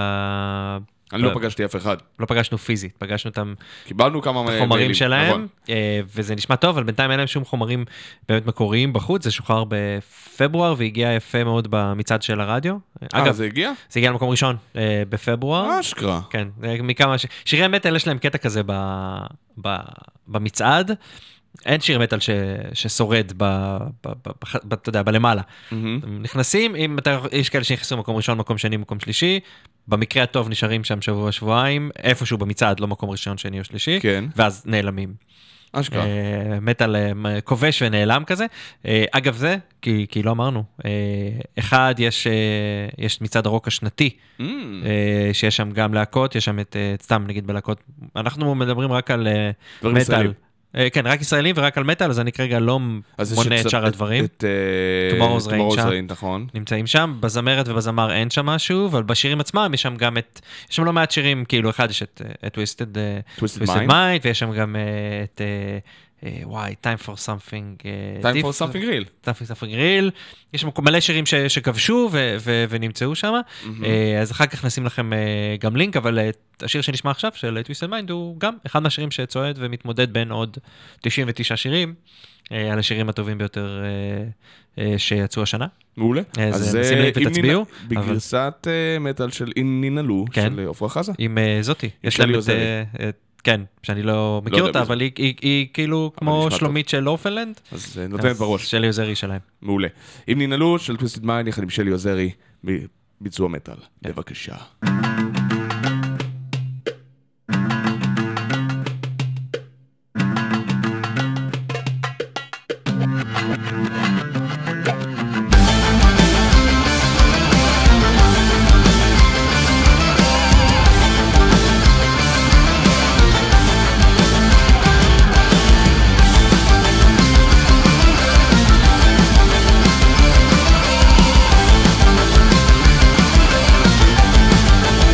אני לא פגשתי אף אחד. לא פגשנו פיזית, פגשנו אותם קיבלנו כמה חומרים מיילים, שלהם, נכון. אה, וזה נשמע טוב, אבל בינתיים אין להם שום חומרים באמת מקוריים בחוץ, זה שוחרר בפברואר, והגיע יפה מאוד במצעד של הרדיו. אה, אגב, זה הגיע? זה הגיע למקום ראשון אה, בפברואר. אשכרה. כן, אה, מכמה ש... שירי מטל יש להם קטע כזה ב... ב... במצעד, אין שיר מטל ש... ששורד ב... ב... ב... ב... אתה יודע, בלמעלה. מהמם. נכנסים, אם אתה... יש כאלה שנכנסים מקום ראשון, מקום שני, מקום שלישי, במקרה הטוב נשארים שם שבוע, שבועיים, איפשהו במצעד, לא מקום ראשון, שני או שלישי, כן. ואז נעלמים. אשכרה. אה, מטל אה, כובש ונעלם כזה. אה, אגב זה, כי, כי לא אמרנו, אה, אחד, יש, אה, יש מצעד הרוק השנתי, Mm. אה, שיש שם גם להקות, יש שם את, אה, סתם נגיד בלהקות, אנחנו מדברים רק על אה, דברים מטל. ישראלים. אה, כן, רק ישראלים ורק על מטל, אז אני כרגע לא אז יש מונה את קצת- שאר הדברים. את אה, Tomorrow's Rain שם. Rain, נכון. נמצאים שם, בזמרת ובזמר אין שם משהו, אבל בשירים עצמם יש שם גם את, יש שם לא מעט שירים, כאילו אחד יש את אה, Twisted, אה, Twisted Twisted Mind. Mind, ויש שם גם אה, את, אה, אה, וואי, Time for Something, אה, Time Diff- for something real. Time for Something Real, יש שם מלא שירים ש, שכבשו ו, ו, ונמצאו שם, אה, אז אחר כך נשים לכם אה, גם לינק, אבל אה, השיר שנשמע עכשיו של Twisted Mind הוא גם אחד מהשירים שצועד ומתמודד בין עוד תשעים ותשעה שירים, אה, על השירים הטובים ביותר אה, אה, שיצאו השנה. מעולה. אז אה, נשים לינק אם ותצביעו, ננ- אבל- בגרסת אה, מטל של אם ננעלו, כן. של עופרה חזה. עם אה, זאתי, יש שלי להם את... עוזרי. אה, אה, כן, שאני לא מכיר יודע אותה, מי זה. אבל היא- היא היא כאילו כמו נשמע שלומית של אורפנלנד. אז אה, נותנת בראש. שלי עוזרי שלהם. מעולה. אם ננעלו, של Twisted Mind, יחד עם שלי עוזרי, בביצוע מטל. כן. בבקשה. Thank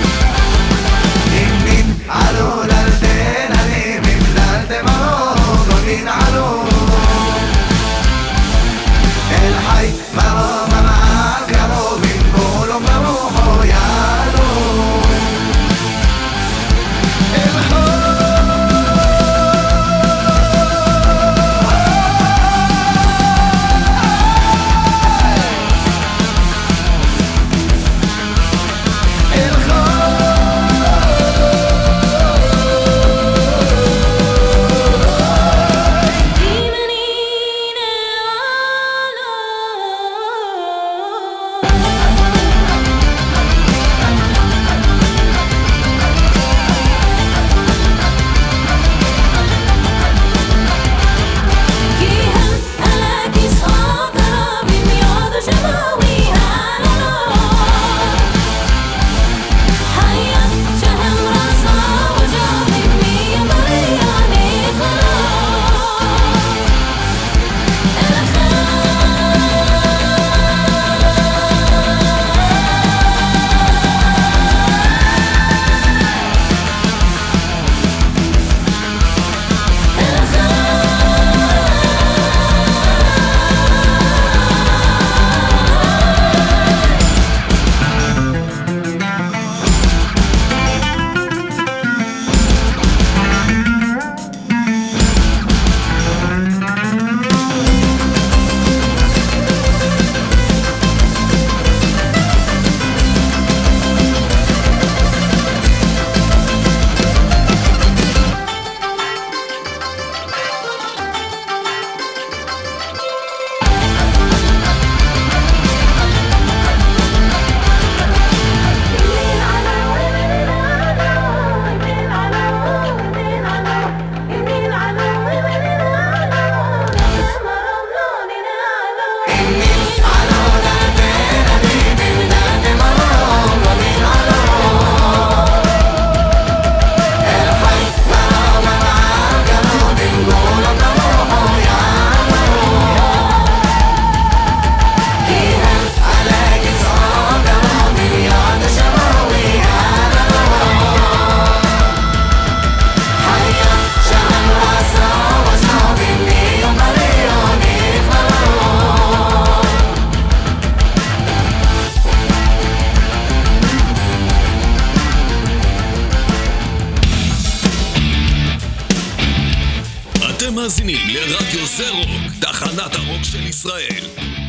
אתם מאזינים לרדיו זה רוק, תחנת הרוק של ישראל.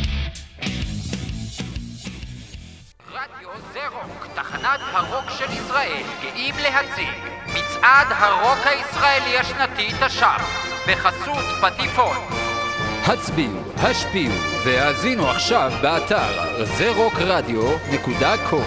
רדיו זה רוק, תחנת הרוק של ישראל, גאים להציג מצעד הרוק הישראלי השנתי תש"פ, בחסות פטיפון. הצביעו, השפיעו והאזינו עכשיו באתר זה רוק רדיו נקודה קום.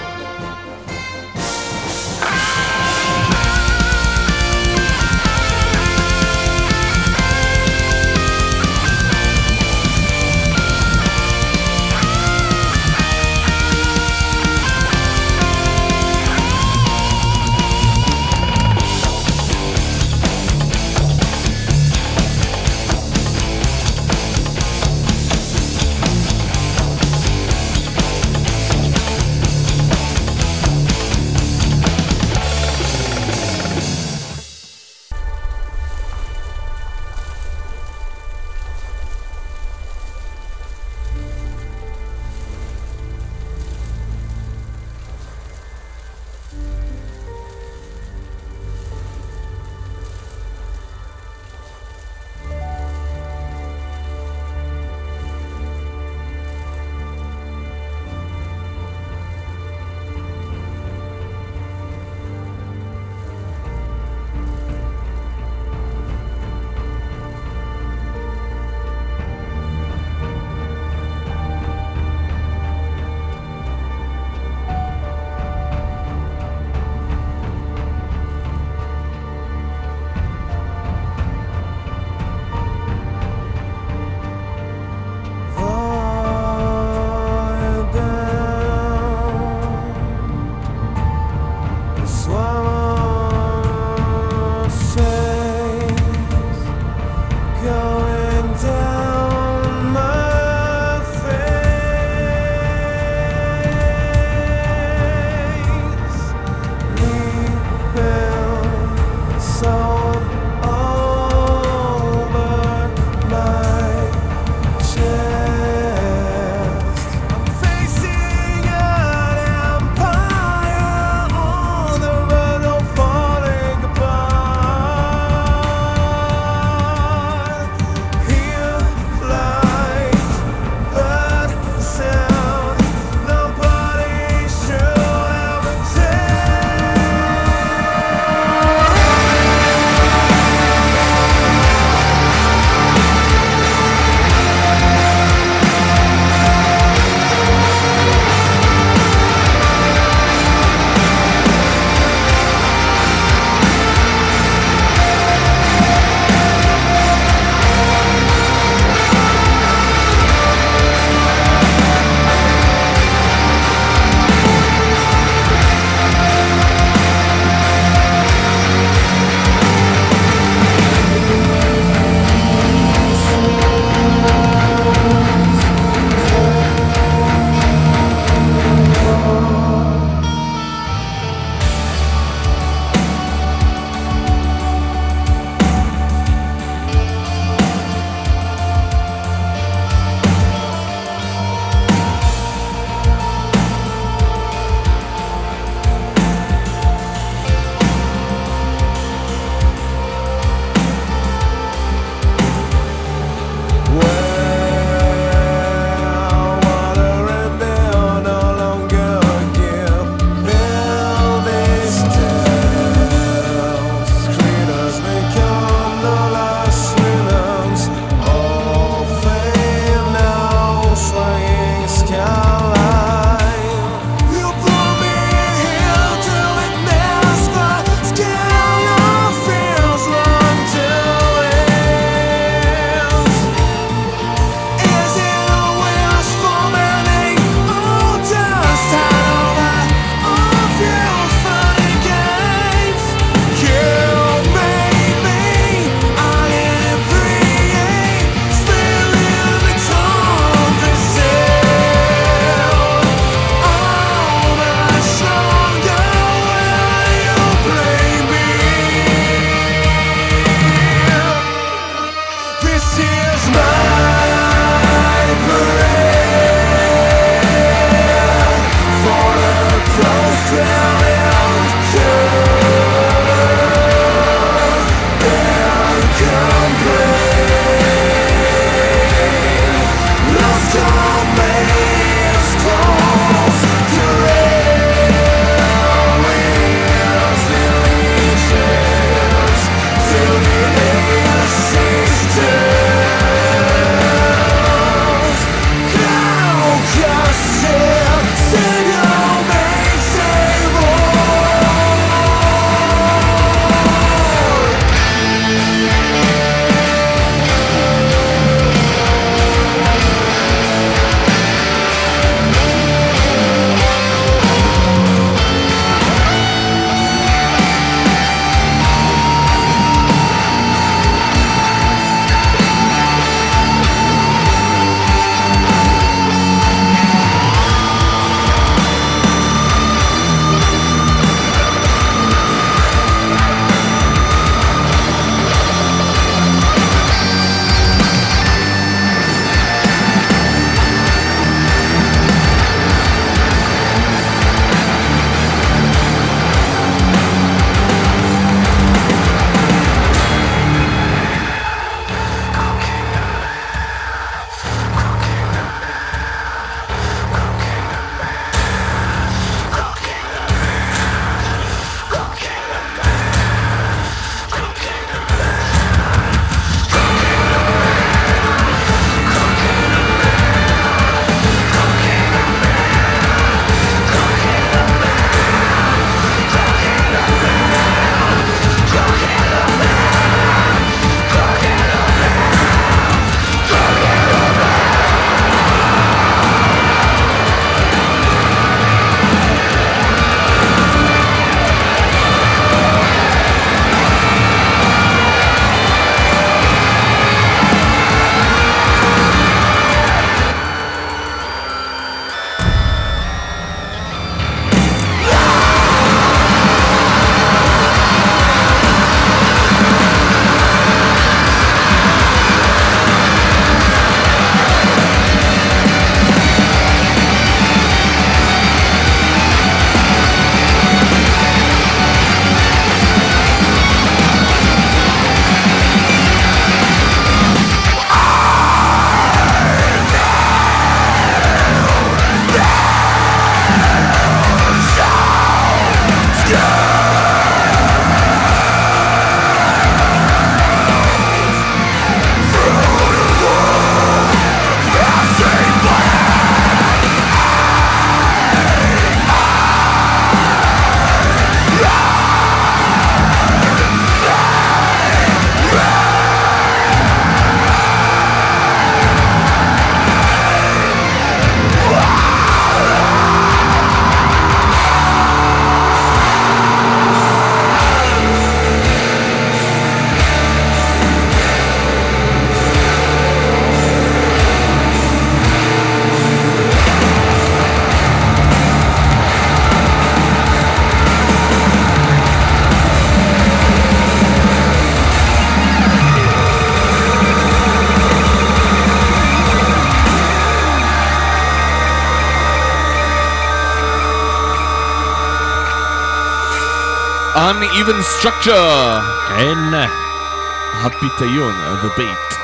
Uneven Structure. כן. הפיתיון, The Bait.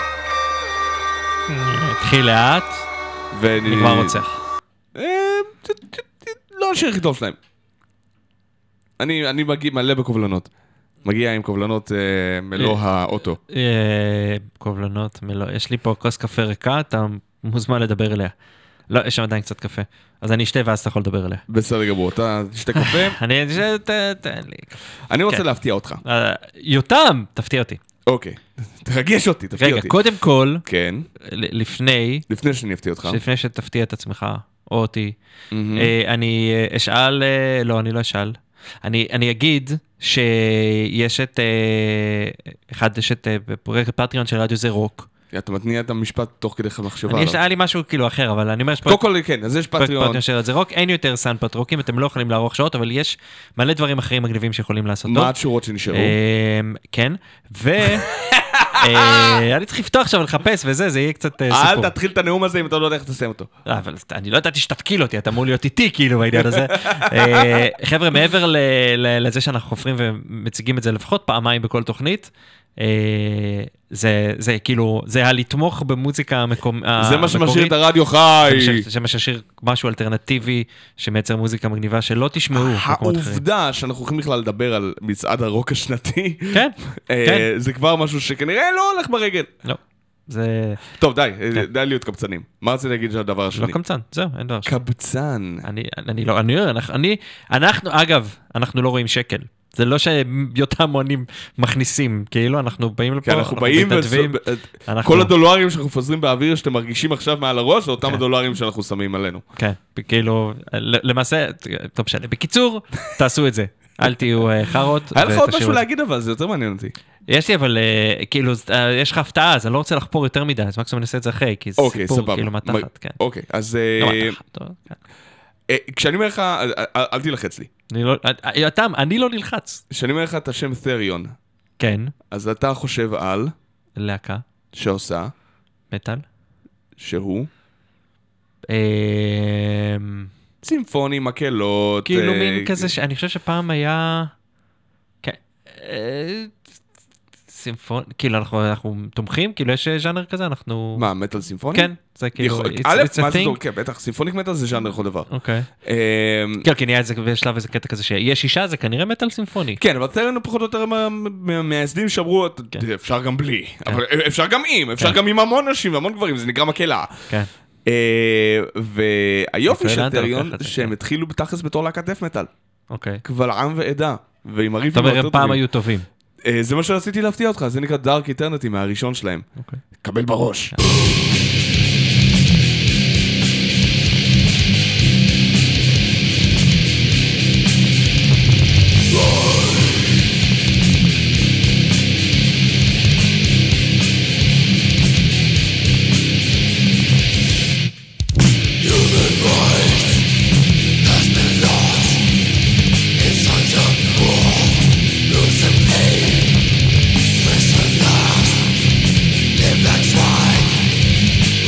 התחיל לאט, נגמר רוצח. לא השיר הכי טוב שלהם. אני, אני מגיע מלא בקובלנות. מגיע עם קובלנות מלוא האוטו. קובלנות מלוא. יש לי פה כוס קפה ריקה, אתה מוזמן לדבר אליה. לא, יש שם עדיין קצת קפה. אז אני אשתה ואז אתה יכול לדבר אליה. בסדר גמור, אתה תשתה קפה? אני אשתה, תן לי קפה. אני רוצה להפתיע אותך. יותם, תפתיע אותי. אוקיי, תרגש אותי, תפתיע אותי. רגע, קודם כל, כן. לפני, לפני שאני אפתיע אותך. לפני שתפתיע את עצמך, או אותי, אני אשאל, לא, אני לא אשאל. אני, אני אגיד שיש את, אחד, יש את פרויקט פטריון של רדיו זה רוק. אתה מתניע את המשפט תוך כדי מחשבה. אני, יש לי משהו כאילו אחר, אבל אני אומר, קודם כל, כן, אז יש פטריון. פטריון של רדיו זה רוק, אין יותר סאנדפאט רוקים, אתם לא יכולים לערוך שעות, אבל יש מלא דברים אחרים מגניבים שיכולים לעשות. מה התשורות שנשארו? כן, ו... אני צריך לפתוח עכשיו ולחפש וזה, זה יהיה קצת סיפור. אל תתחיל את הנאום הזה אם אתה לא יודע איך תסיים אותו. אבל אני לא ידעתי שתתקיל אותי, אתה אמור להיות איתי כאילו בעניין הזה. חבר'ה, מעבר לזה שאנחנו חופרים ומציגים את זה לפחות פעמיים בכל תוכנית, זה כאילו, זה הלתמוך במוזיקה המקומית. זה מה שמשאיר את הרדיו חי. זה מה שמשאיר משהו אלטרנטיבי שמייצר מוזיקה מגניבה שלא תשמעו. העובדה שאנחנו הולכים בכלל לדבר על מצעד הרוק השנתי, כן, כן. זה כבר משהו שכנראה לא הולך ברגל. לא. זה... טוב, די, די להיות קבצנים. מה רציתי להגיד שהדבר השני? לא קבצן, זהו, אין דבר. קבצן. אני, אני לא, אני, אני, אנחנו, אגב, אנחנו לא רואים שקל. זה לא שיותם עונים מכניסים, כאילו אנחנו באים לפה, אנחנו באים, כל הדולרים שאנחנו מפזרים באוויר, שאתם מרגישים עכשיו מעל הראש, זה אותם הדולרים שאנחנו שמים עלינו. כן, כאילו, למעשה, טוב שני, בקיצור, תעשו את זה. אל תהיו חרות. היה לך עוד משהו להגיד אבל, זה יותר מעניין אותי. יש לי אבל, כאילו, יש לך הפתעה, אז אני לא רוצה לחפור יותר מדי, אז מקסימום נעשה את זה אחרי, כי זה סיפור כאילו מתחת, כן. אוקיי, אז... כשאני אומר לך, אל תלחץ לי. יותם, אני לא נלחץ. כשאני אומר לך את השם ת'ריון. כן. אז אתה חושב על... להקה. שעושה. מטל. שהוא. סימפוני, מקהלות. כאילו מין כזה, אני חושב שפעם היה... כן. סימפוני, כאילו אנחנו תומכים, כאילו יש ז'אנר כזה, אנחנו... מה, מטל סימפוני? כן, זה כאילו... א', מה זה טוב? כן, בטח, סימפוניק מטל זה ז'אנר לכל דבר. אוקיי. כן, כי נהיה איזה בשלב איזה קטע כזה שיש אישה, זה כנראה מטל סימפוני. כן, אבל תראינו פחות או יותר מהמייסדים שאמרו, אפשר גם בלי, אבל אפשר גם עם, אפשר גם עם המון נשים והמון גברים, זה נקרא מקהלה. כן. והיופי של ת'ריון, שהם התחילו בתכלס בתור להקת דף מטל. אוקיי. קבל עם ועדה. זאת אומרת, הם פעם היו טובים. זה מה שרציתי להפתיע אותך, זה נקרא דארק איטרניטי מהראשון שלהם. קבל בראש. Live like swine.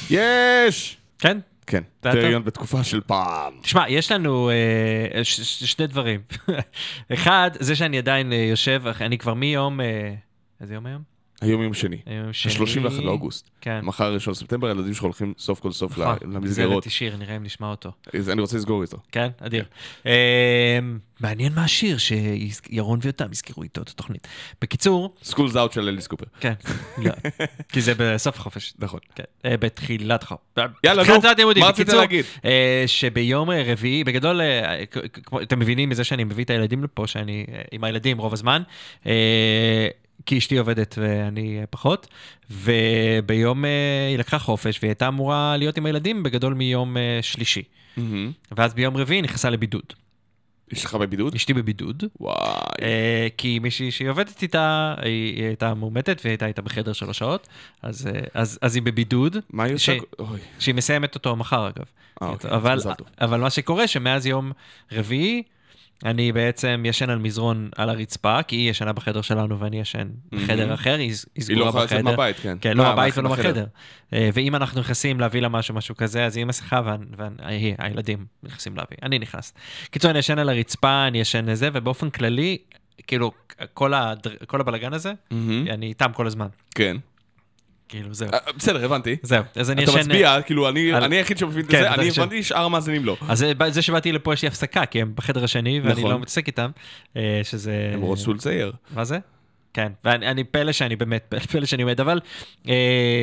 יש! כן? כן, זה היה טריון בתקופה של פעם. תשמע, יש לנו אה, ש- ש- שני דברים. אחד, זה שאני עדיין אה, יושב, אני כבר מיום... אה, איזה יום היום? היום יום שני. היום שני. ה-שלושים ואחד לאוגוסט. כן. מחר ראשון ספטמבר, הילדים שלך הולכים סוף כל סוף נכון. למסגרות. זה שיר, נראה אם נשמע אותו. אז אני רוצה לסגור איתו. כן, אדיר. אה, מעניין מה השיר שירון ויותם הזכירו איתו את התוכנית. בקיצור... סקולס אאוט של אליס קופר. כן, לא. כי זה בסוף החופש. נכון. כן, אה, בתחילת החופש. יאללה, נו, מה רצית להגיד? אה, שביום רביעי, בגדול, אה, כ- כ- אתם מבינים מזה שאני מביא את הילדים לפה, שאני אה, עם הילדים רוב הזמן, אה, כי אשתי עובדת ואני אה, פחות, וביום אה, היא לקחה חופש, והיא הייתה אמורה להיות עם הילדים בגדול מיום אה, שלישי. מהמם. ואז ביום רביעי היא נכנסה לבידוד. יש לך בבידוד? אשתי בבידוד. וואי. אה, כי מישהי שהיא עובדת איתה, היא היא הייתה מאומתת והיא הייתה איתה בחדר שלוש שעות, אז, אה, אז, אז היא בבידוד. מה היא עושה? ש- אוי. שהיא מסיימת אותו מחר אגב. אה, אוקיי, אבל, מזל טוב. אבל מה שקורה שמאז יום רביעי, אני בעצם ישן על מזרון על הרצפה, כי היא ישנה בחדר שלנו ואני ישן בחדר אחר, היא היא היא לא סגורה יכולה לצאת בחדר. מהבית, כן. כן, לא מה, מהבית ולא בחדר? מהחדר. אה, ואם אנחנו נכנסים להביא לה משהו, משהו כזה, אז היא מסכה והילדים נכנסים להביא. אני נכנס. קיצור, אני ישן על הרצפה, אני ישן לזה, ובאופן כללי, כאילו, כל הדר- כל הבלגן הזה, מהמם. אני איתם כל הזמן. כן. כאילו, זהו. אה, בסדר, הבנתי. זהו. אז אני אתה ישן... מצביע, כאילו, אני על- אני היחיד שמבין את כן, זה, אתה אני ישן. הבנתי, שאר המאזינים לא. אז זה- זה שבאתי לפה יש לי הפסקה, כי הם בחדר השני, ואני נכון. לא מתעסק איתם, אה, שזה... הם רוצו לצייר. מה זה? כן, ואני אני פלא שאני באמת, פלא שאני עומד, אבל אה,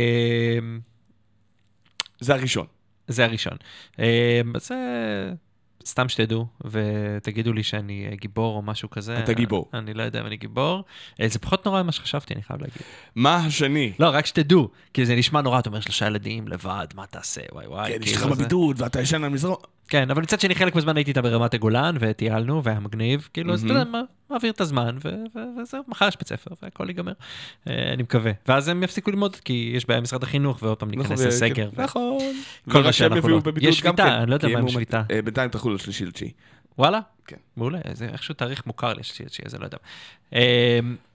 זה הראשון. זה הראשון. אה, אז זה סתם שתדעו, ותגידו לי שאני אה, גיבור או משהו כזה. אתה גיבור. אני לא יודע אם אני גיבור. אה, זה פחות נורא ממה שחשבתי, אני חייב להגיד. מה השני? לא, רק שתדעו, כי זה נשמע נורא, אתה אומר שלושה ילדים לבד, מה תעשה, וואי וואי. כן, יש כאילו לך זה- בבידוד, ואתה ישן על מזרון. כן, אבל מצד שני חלק מהזמן הייתי איתה ברמת הגולן, וטיילנו, והיה מגניב, כאילו, אז אתה יודע מה, מעביר את הזמן, ו- ו- וזהו, מחר יש בית ספר, והכל ייגמר, אה, אני מקווה. ואז הם יפסיקו ללמוד, כי יש בעיה במשרד החינוך, ועוד פעם ניכנס לסגר. ו- נכון. כל מה ורק שהם שאנחנו יביאו לא- בבידוד יש גם שביתה, כן, אני לא יודע כי מה הם עם מאומת- שביתה. אה, בינתיים תחול על שלישי לתשיעי. וואלה? כן. מעולה, זה איכשהו תאריך מוכר לי, שתהיה, זה לא יודע. אה,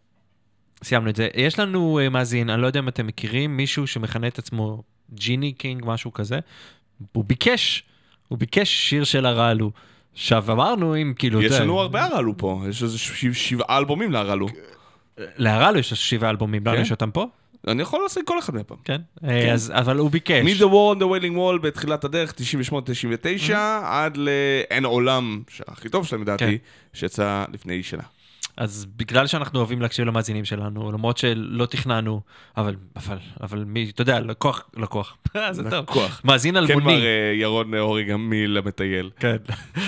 סיימנו את זה. יש לנו אה, מאזין, אני לא יודע אם אתם מכירים, מישהו שמכנה את עצמו ג'יני קינג, משהו כזה. הוא ביקש, הוא ביקש שיר של הרעלו. עכשיו אמרנו, אם כאילו... יש אתה- לנו הרבה הרעלו פה, יש איזה ש- שבעה אלבומים להרעלו. להרעלו יש שבעה אלבומים, לנו כן? יש אותם פה? אני יכול לעשות כל אחד מהפעם. כן. אה, אז, אבל הוא ביקש. מ-The War on the Wailing Wall בתחילת הדרך, תשעים ושמונה תשעים ותשע, עד ל"אין עולם", שהכי טוב שלהם לדעתי, כן. שיצא לפני שנה. אז בגלל שאנחנו אוהבים להקשיב למאזינים שלנו, למרות שלא תכננו, אבל, אבל, אבל מי, אתה יודע, לקוח, לקוח. זה טוב. לקוח. מאזין כן, אלמוני. מר אה, ירון אורי גם מלמטייל. כן.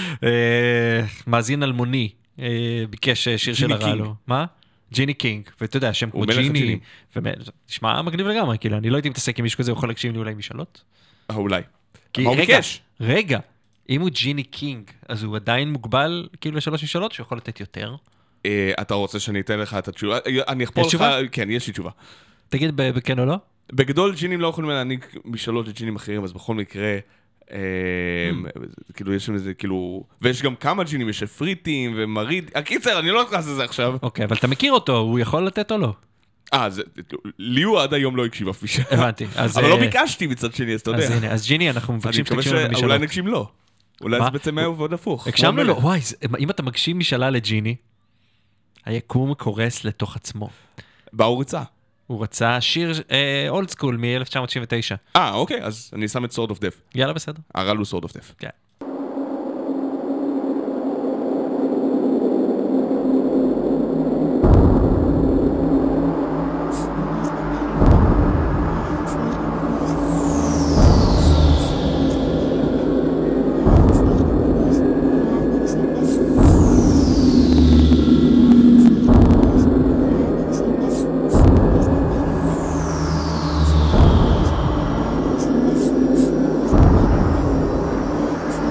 אה, מאזין אלמוני אה, ביקש אה, שיר של ג'יני הרעלו. קינג. מה? ג'יני קינג, ואתה יודע, שם כמו מלך ג'יני, הג'ינים. נשמע מגניב לגמרי, כאילו, אני לא הייתי מתעסק עם מישהו כזה, הוא יכול להקשיב לי אולי משאלות. אה, אולי. כי מה הוא רגע, ביקש? רגע, אם הוא ג'יני קינג, אז הוא עדיין מוגבל כאילו לשלוש משאלות, שהוא יכול לתת יותר? אה, אתה רוצה שאני אתן לך את התשובה? אה, אני אכפור יש לך... תשובה? כן, יש לי תשובה. תגיד ב- בכן או לא? בגדול ג'ינים לא יכולים להעניק משאלות לג'ינים אחרים, אז בכל מקרה, אה, כאילו יש שם איזה, כאילו, ויש גם כמה ג'ינים, יש פריטים ומריד, הקיצר, אני לא נכנס לזה עכשיו. אוקיי, אבל אתה מכיר אותו, הוא יכול לתת או לא? אה, זה- לי הוא עד היום לא הקשיב אף אישה. הבנתי. אז, אבל לא אה, ביקשתי מצד שני, אז אתה יודע. אז הנה, אז ג'יני, אנחנו אני מבקשים מקווה שתקשיב לנו שאולי משאלות. נקשיב לו. אולי מה? זה בעצם היה ועוד הפוך. הקשבנו כמו לו, המלך. וואי, זה- אם אתה מגשים משאלה לג'יני, היקום קורס לתוך עצמו. מה הוא רצה? הוא רצה שיר אולד סקול מ-אלף תשע מאות תשעים ותשע. אה, אוקיי, אז אני שם את סורד אוף דף. יאללה, בסדר. הרעלו סורד אוף דף. כן. Thank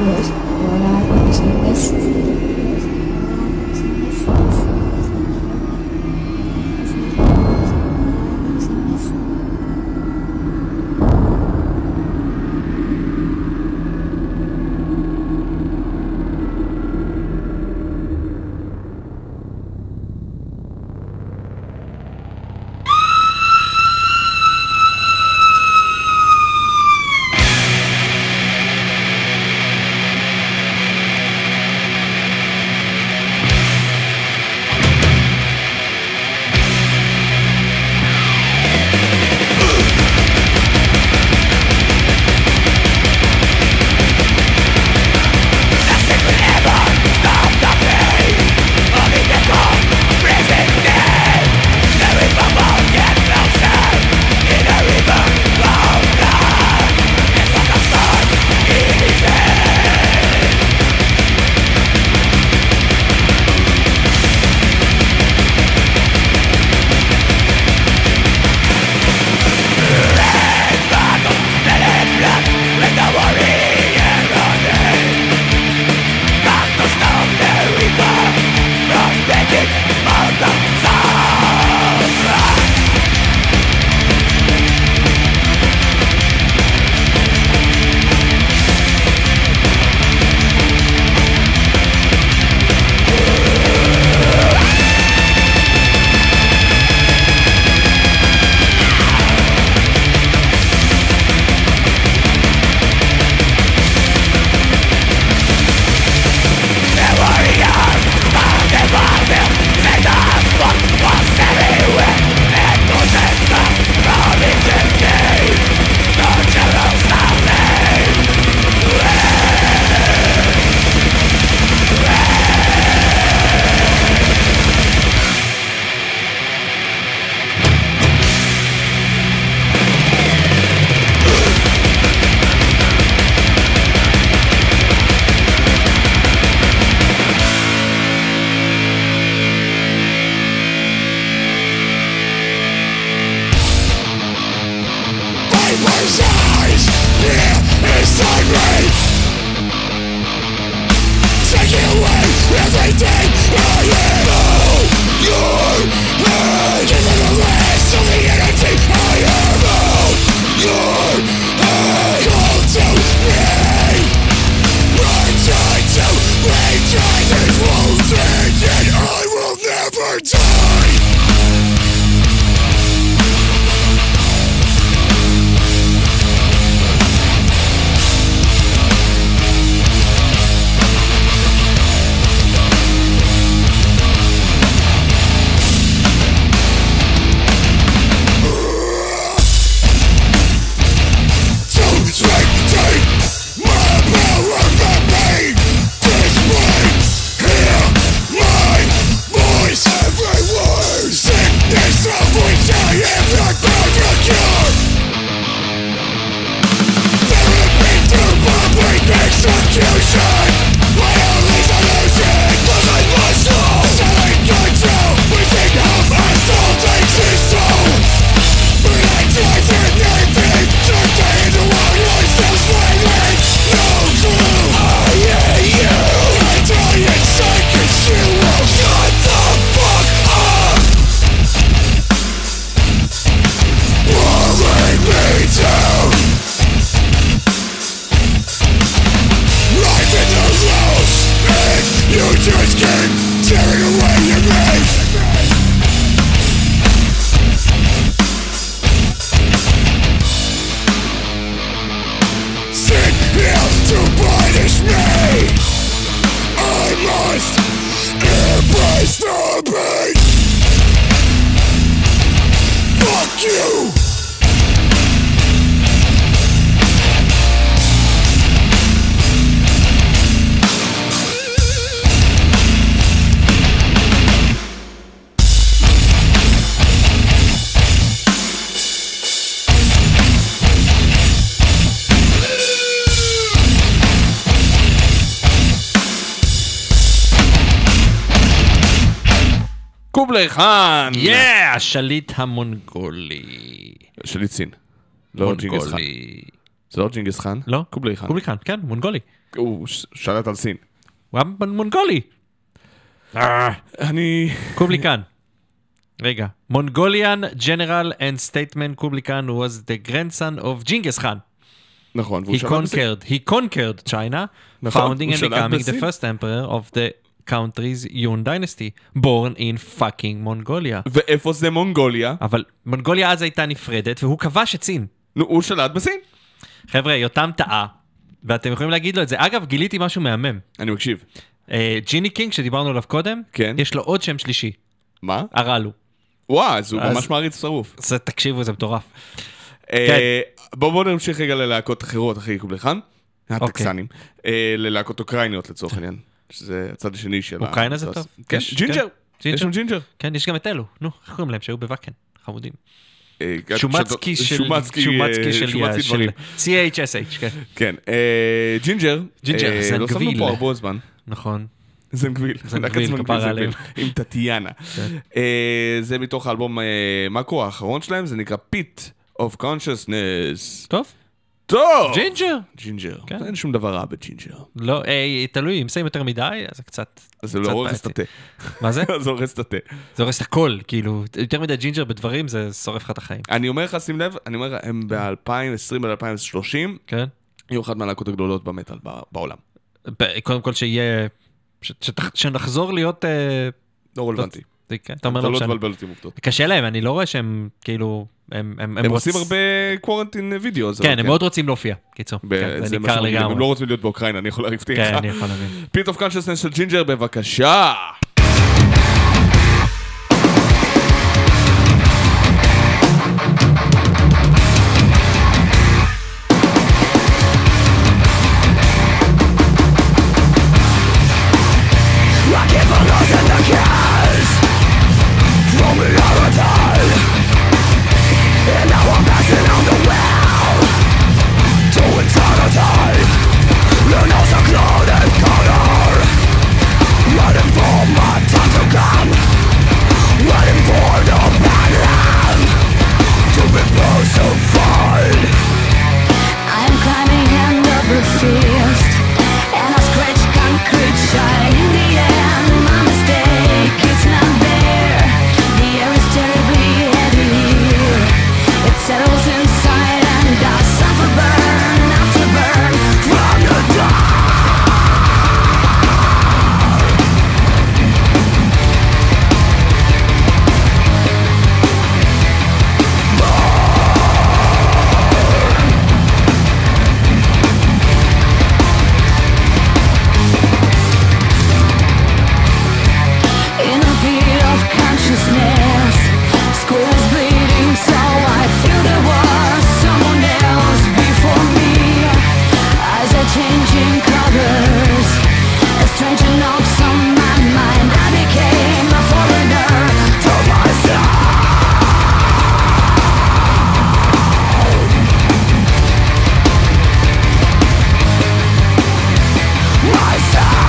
קובלי חאן! יא! השליט המונגולי. שליט סין. לא ג'ינגיס חאן. מונגולי. זה לא ג'ינגיס חאן? לא. קובלי חאן. קובלי חאן, כן, מונגולי. הוא ש- שלט על סין. הוא היה מונגולי. אני... קובלי חאן. רגע. Mongolian General and Statesman Kublai Khan was the grandson of Genghis Khan. נכון, והוא He שלט בסין. conquered, he conquered China, נכון, founding הוא and שלט becoming the בסין. first emperor of the country's Yun dynasty, born in fucking Mongolia. ואיפה זה מונגוליה? אבל מונגוליה אז הייתה נפרדת, והוא כבש את סין. נו, הוא שלט בסין. חבר'ה, יותם טעה, ואתם יכולים להגיד לו את זה. אגב, גיליתי משהו מהמם. אני מקשיב. אה, ג'יני קינג, שדיברנו עליו קודם, כן. יש לו עוד שם שלישי, מה? הרלו. וואו, אז הוא אז- ממש מעריץ שרוף. זה, תקשיבו, זה מטורף. אה, בואו בואו נמשיך רגע ללהקות אחרות אחרי קובלי חאן. אוקיי. הטקסנים. אה, ללהקות אוקראיניות לצורך העניין. שזה הצד השני של... אוקראינה ה- זה טוב. כן, יש- ג'ינג'ר. כן. יש שם ג'ינג'ר. כן, יש גם את אלו. נו, איך קוראים להם? שהיו בוואקן. חמודים. אה, שומצקי של... שומצקי, שומצקי אה, של... שומצקי של- דברים. סי אייץ' אס אייץ', כן. כן. אה, ג'ינג'ר. ג'ינג'ר, אה, לא שמנו זנגוויל. פה הרבה זמן. נכון. זנגוויל. זנגוויל, להקת כפרה זנגוויל, עליהם. עם טטיאנה. אה, זה מתוך האלבום אה, מאקו האחרון שלהם, זה נקרא Pit of Consciousness. טוב. טוב! ג'ינג'ר. ג'ינג'ר. כן. אין שום דבר רע בג'ינג'ר. לא, אה, תלוי, אם שמים יותר מדי, אז זה קצת... זה קצת לא הורס את בעייתי. התה. מה זה? זה הורס את התה. זה הורס הכל, כאילו, יותר מדי ג'ינג'ר בדברים, זה שורף לך את החיים. אני אומר לך, שים לב, אני אומר, הם ב-אלפיים ועשרים עד אלפיים ושלושים, כן? יהיו אחת מהלהקות הגדולות במטאל ב- בעולם. ב- קודם כל שיהיה... ש- שתח- שנחזור להיות... אה, לא רלוונטי. זה- כן, אתה אומר אתה לא לא משנה. תבלבל אותי עם עובדות. קשה להם, אני לא רואה שהם כאילו... הם, הם, הם רוצ- עושים הרבה קוורנטין וידאו. כן, הם מאוד רוצים להופיע, קיצור. כן, זה זה מה ניכר שאומרים, הם לגמרי. לא רוצים להיות באוקראינה, אני יכול להבטיח כן, לך. אני יכול להבין. Pit of Consciousness של ג'ינג'ר, בבקשה. I'm climbing hand over fist, and I scratch concrete, shine in the end. My mistake, it's not there. The air is terribly heavy here. It settles inside and does suffer burn after burn from the dark. In a pit of consciousness, school is bleeding, so I feel there was someone else before me. Eyes are changing colors, a stranger knocks on my mind. I became a foreigner to myself. Myself.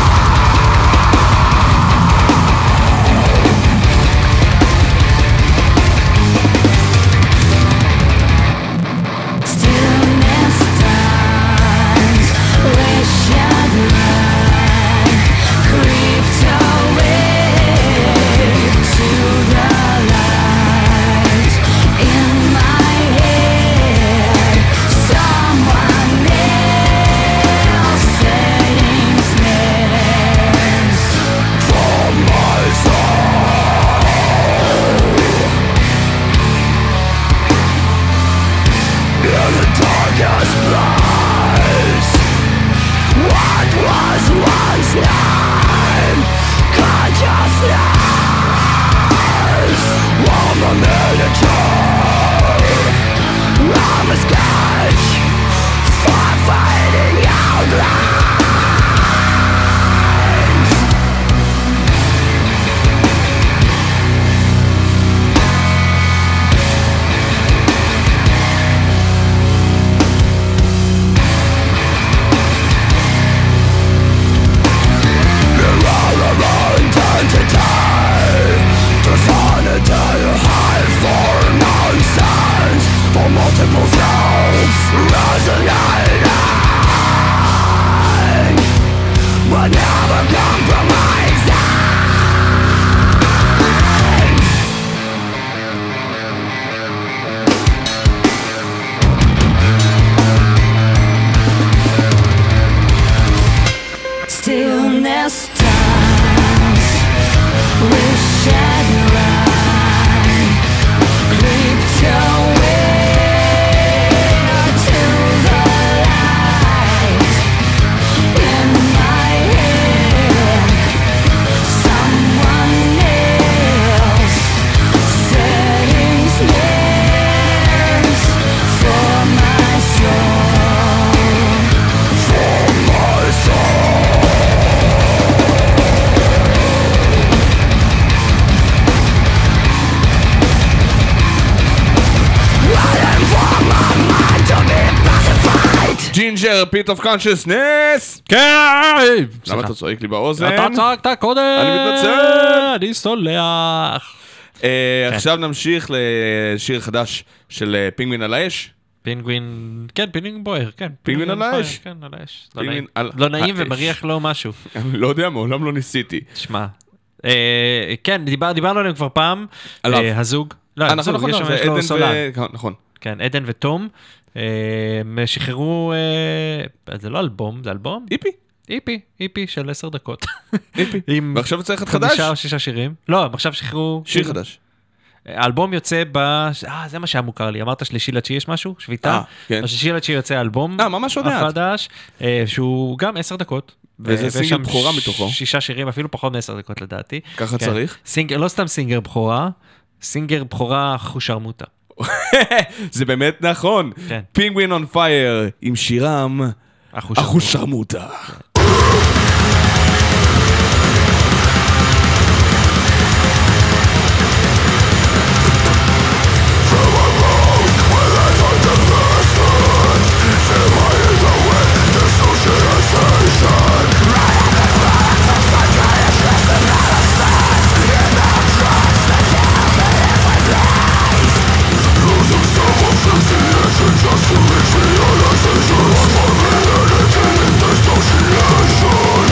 Stillness times, wishing light creeps away to the light in my head. Someone else setting snares for my in the darkest place. What was once name? Consciousness. I'm a miniature. I'm a sketch. Firefighting outlines. Multiple sounds Danger, Pit of Consciousness! כן! למה אתה צועק לי באוזן? אתה צעקת קודם! אני מתנצל! אני סולח! אה, עכשיו נמשיך לשיר חדש של אה, פינגווין על האש. פינגווין, כן, פינגווין בוער, כן. פינגווין על האש. כן, על האש. לא פינגווין נעים. על לא נעים האש. ומריח לו משהו. אני לא יודע, מעולם לא ניסיתי. תשמע. אה, כן, דיבר- דיברנו עליהם כבר פעם. עליו. אה, הזוג. לא, אה, נכון, הזוג, נכון, יש נכון, שם- זה יש לו עדן סולן. ו... נכון. כן, עדן ותום. אה, הם שחררו, אה, זה לא אלבום, זה אלבום? איפי. איפי, איפי של עשר דקות. איפי. עם ועכשיו צריך את חדש? חמישה או שישה שירים. לא, הם עכשיו שחררו... שיר חדש. האלבום יוצא ב... אה, זה מה שהיה מוכר לי. אמרת שלישי לתשיעי יש משהו? שביתה? אה, כן. בשלישי לתשיעי יוצא האלבום. אה, ממש עוד מעט. החדש, אה, שהוא גם עשר דקות. וזה אה, סינגל ויש שם בכורה ש- מתוכו. שישה שירים, אפילו פחות מעשר דקות לדעתי. ככה כן. צריך. סינגר, לא סתם סינגר בכורה, סינגר בכורה חושרמוטה. זה באמת נכון. כן. פינגווין און פייר עם שירם החושרמוטה. החושרמוטה. Association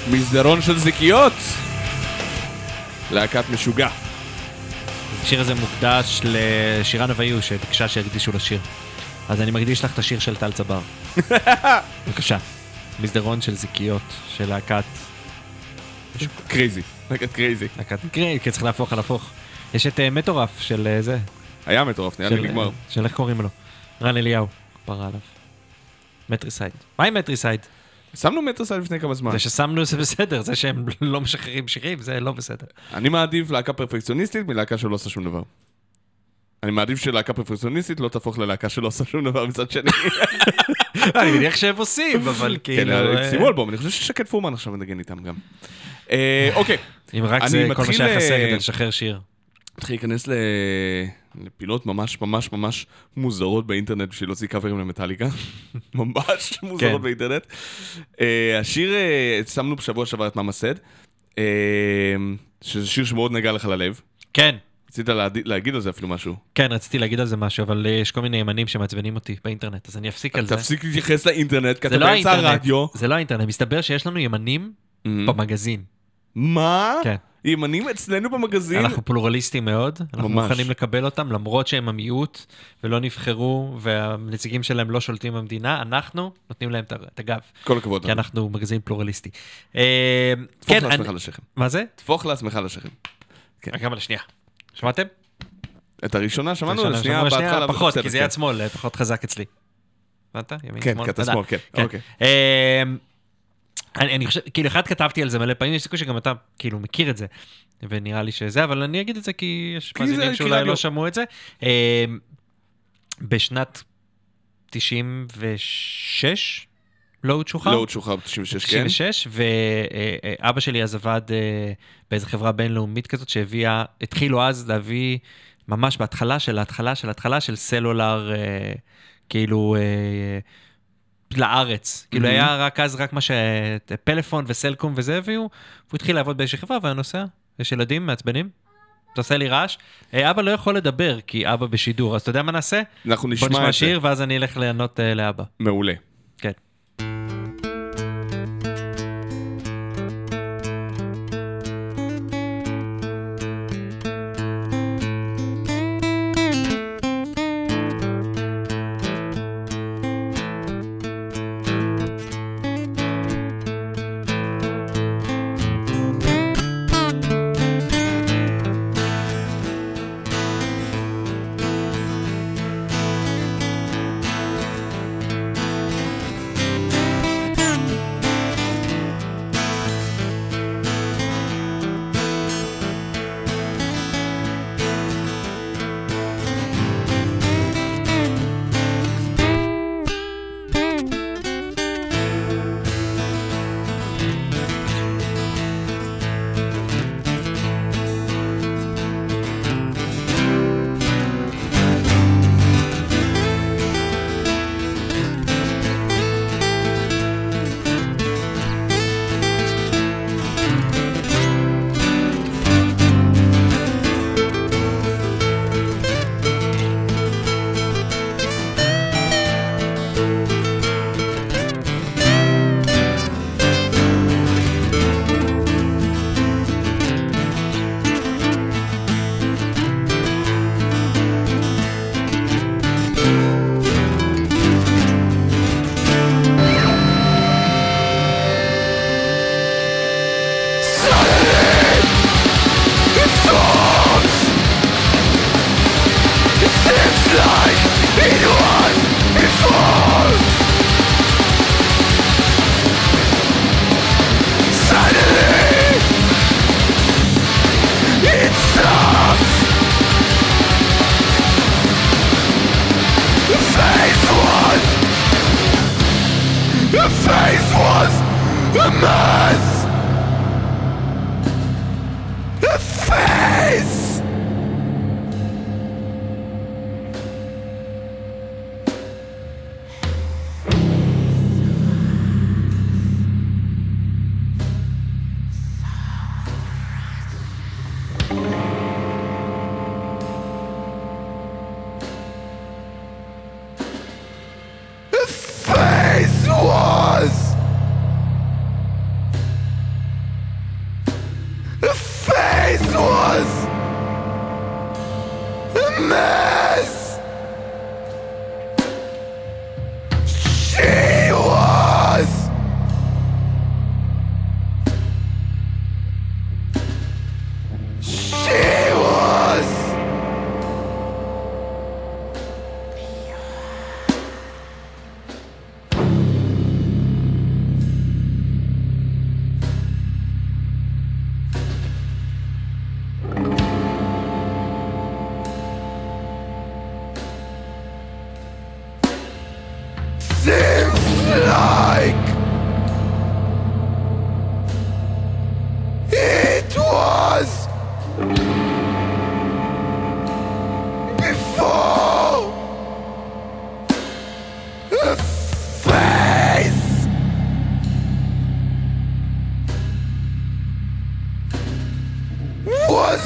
מסדרון של זיקיות. להקת משוגע. השיר הזה מוקדש לשירה נוויו שביקשה שהקדישו לשיר. אז אני מקדיש לך את השיר של טל צבר. בבקשה. מסדרון של זיקיות של להקת... קרייזי. להקת קרייזי. להקת קרייזי, כי צריך להפוך על הפוך. יש את uh, מטורף של uh, זה. היה מטורף, נראה לי נגמר. של איך קוראים לו? רן אליהו. פרה עליו. מטריסייד. מה עם מטריסייד? שמנו מטריסייד לפני כמה זמן. זה ששמנו זה בסדר, זה שהם לא משחררים שירים, זה לא בסדר. אני מעדיף להקה פרפקציוניסטית מלהקה שלא עושה שום דבר. אני מעדיף שלהקה פרפקציוניסטית לא תהפוך ללהקה שלא עושה שום דבר מצד שני. אני מניח שהם עושים, אבל כאילו... כן, שימו אלבום, אני חושב ששקד פורמן עכשיו מדגן איתם גם. אוקיי. אם רק זה כל מה שהיה חסר כדי לשחרר שיר. התחיל להיכנס לפינות ממש ממש ממש מוזרות באינטרנט בשביל להוציא קאברים למטאליקה. ממש מוזרות באינטרנט. השיר, שמנו בשבוע שעבר את מאמה סד, שזה שיר שמאוד נגע לך ללב. כן. רצית להגיד על זה אפילו משהו. כן, רציתי להגיד על זה משהו, אבל יש כל מיני ימנים שמעצבנים אותי באינטרנט, אז אני אפסיק על זה. תפסיק להתייחס לאינטרנט, כי אתה באמצע הרדיו. זה לא האינטרנט, מסתבר שיש לנו ימנים במגזין. מה? כן. ימנים אצלנו במגזין? אנחנו פלורליסטים מאוד, אנחנו מוכנים לקבל אותם, למרות שהם המיעוט ולא נבחרו, והנציגים שלהם לא שולטים במדינה, אנחנו נותנים להם את הגב. כל הכבוד. כי אנחנו מגזין פלורליסטי. תפוך לעצמך לשכם. מה זה? תפוך לעצמך לשכם. גם על השנייה. שמעתם? את הראשונה שמענו, על השנייה בהתחלה. פחות, כי זה יד שמאל, פחות חזק אצלי. הבנת? ימין, כן, שמאל? כי אתה שמאל, כן. אוקיי. אני חושב, כאילו אחד כתבתי על זה מלא פעמים, יש סיכוי שגם אתה כאילו מכיר את זה, ונראה לי שזה, אבל אני אגיד את זה כי יש מאזינים שאולי לא שמעו את זה. בשנת תשעים ושש, לואוד שוחרר. לואוד שוחרר ב-תשעים ושש, כן. תשעים ושש, ואבא שלי אז עבד באיזו חברה בינלאומית כזאת, שהביאה, התחילו אז להביא, ממש בהתחלה של ההתחלה של ההתחלה של סלולר, כאילו... לארץ, כאילו היה רק אז רק מה שפלאפון וסלקום וזה הביאו, הוא התחיל לעבוד באיזושהי חברה, והיה נוסע, יש ילדים מעצבנים, אתה עושה לי רעש, אבא לא יכול לדבר, כי אבא בשידור, אז אתה יודע מה נעשה? אנחנו נשמע את זה. בוא נשמע שיר, ואז אני אלך לענות לאבא. מעולה. כן.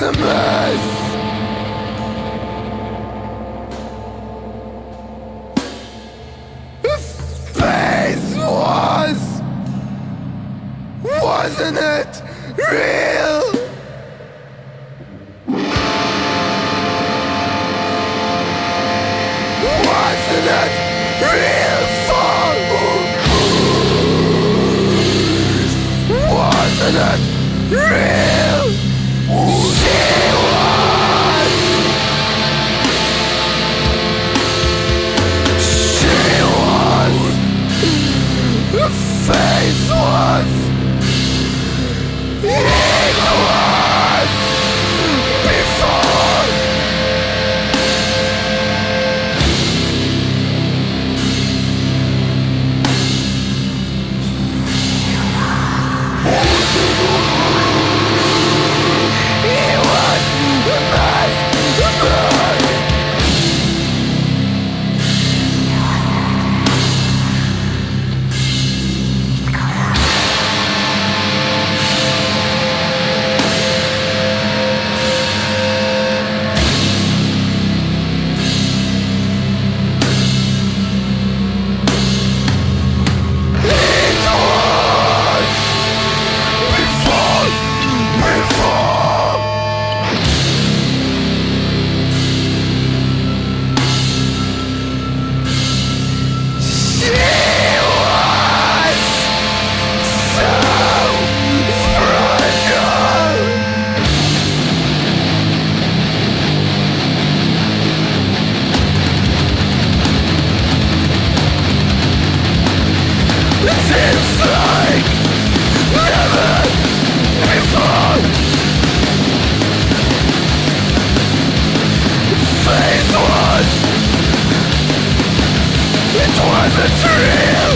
a mess. Space was, wasn't it real? Wasn't it real fun? Wasn't it real? She was. She was. The face was. It was before. It was the best, the best. It was before, before. She was so fragile. It seems like never before. Face was. It wasn't real.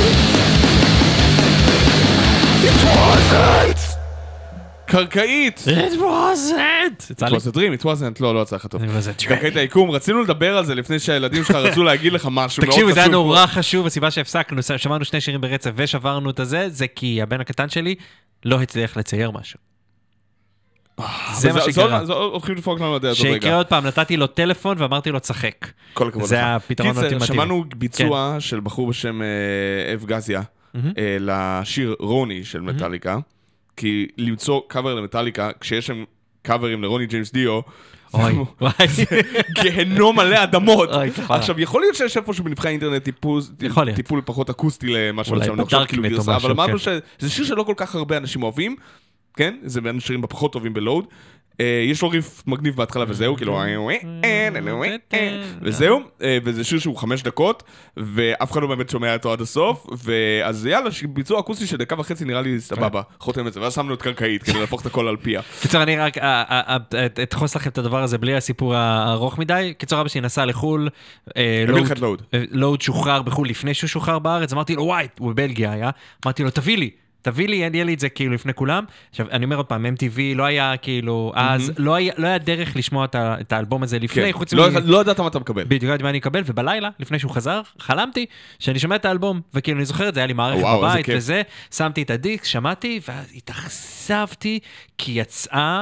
It wasn't. קרקעית! It wasn't! It was a dream, it wasn't, לא, לא יצא לך טוב. It was a dream. קרקעית היקום, רצינו לדבר על זה לפני שהילדים שלך רצו להגיד לך משהו מאוד חשוב. תקשיבו, זה היה נורא חשוב, הסיבה שהפסקנו, שמענו שני שירים ברצף ושברנו את הזה, זה כי הבן הקטן שלי לא הצליח לצייר משהו. זה מה שקרה. הולכים לפרוק לנו לדעת עוד רגע. שיקרה עוד פעם, נתתי לו טלפון ואמרתי לו צחק. כל הכבוד לך. זה הפתרון קיצר, האולטימטיבי. שמענו ביצוע של בחור בשם אה, אב גזיה, אה, לשיר רוני של מטליקה, כי למצוא קאבר למטליקה, כשיש שם קאברים לרוני ג'יימס דיו, אוי, וואי. גהנום מלא אדמות. אוי, כפרה. עכשיו, יכול להיות שיש איפשהו בנבחי האינטרנט טיפול, יכול להיות. טיפול פחות אקוסטי למה אולי שעכשיו נחשוב כאילו בדארקנט או גרסה, משהו, אבל אמרנו כן. שזה שיר שלא כל כך הרבה אנשים אוהבים, כן? זה בין השירים הפחות טובים בלואוד. אה, יש לו ריף מגניב בהתחלה וזהו, כאילו, וזהו, אה, וזה שיר שהוא חמש דקות, ואף אחד לא באמת שומע אותו עד הסוף, ואז יאללה, ביצוע אקוסטי של דקה וחצי נראה לי סבבה, חותם את זה, ואז שמנו את קרקעית כדי להפוך את הכל על פיה. קיצור, אני רק אתחוס לכם את הדבר הזה בלי הסיפור הארוך מדי. קיצור, אבא שלי נסע לחול, הביא לך את לואוד. לואוד שוחרר בחול לפני שהוא שוחרר בארץ, אמרתי לו, וואי, הוא בבלגיה היה, אמרתי לו, תביא לי. תביא לי, יהיה לי את זה כאילו לפני כולם. עכשיו, אני אומר עוד פעם, אם טי וי לא היה כאילו, אז לא היה, לא היה דרך לשמוע את האלבום הזה לפני, חוץ מ... לא ידעת מה אתה מקבל. בדיוק, ידעתי מה אני אקבל, ובלילה, לפני שהוא חזר, חלמתי שאני שומע את האלבום, וכאילו אני זוכר את זה, היה לי מערכת בבית וזה, שמתי את הדיסק, שמעתי, ואז התאכזבתי, כי יצאה,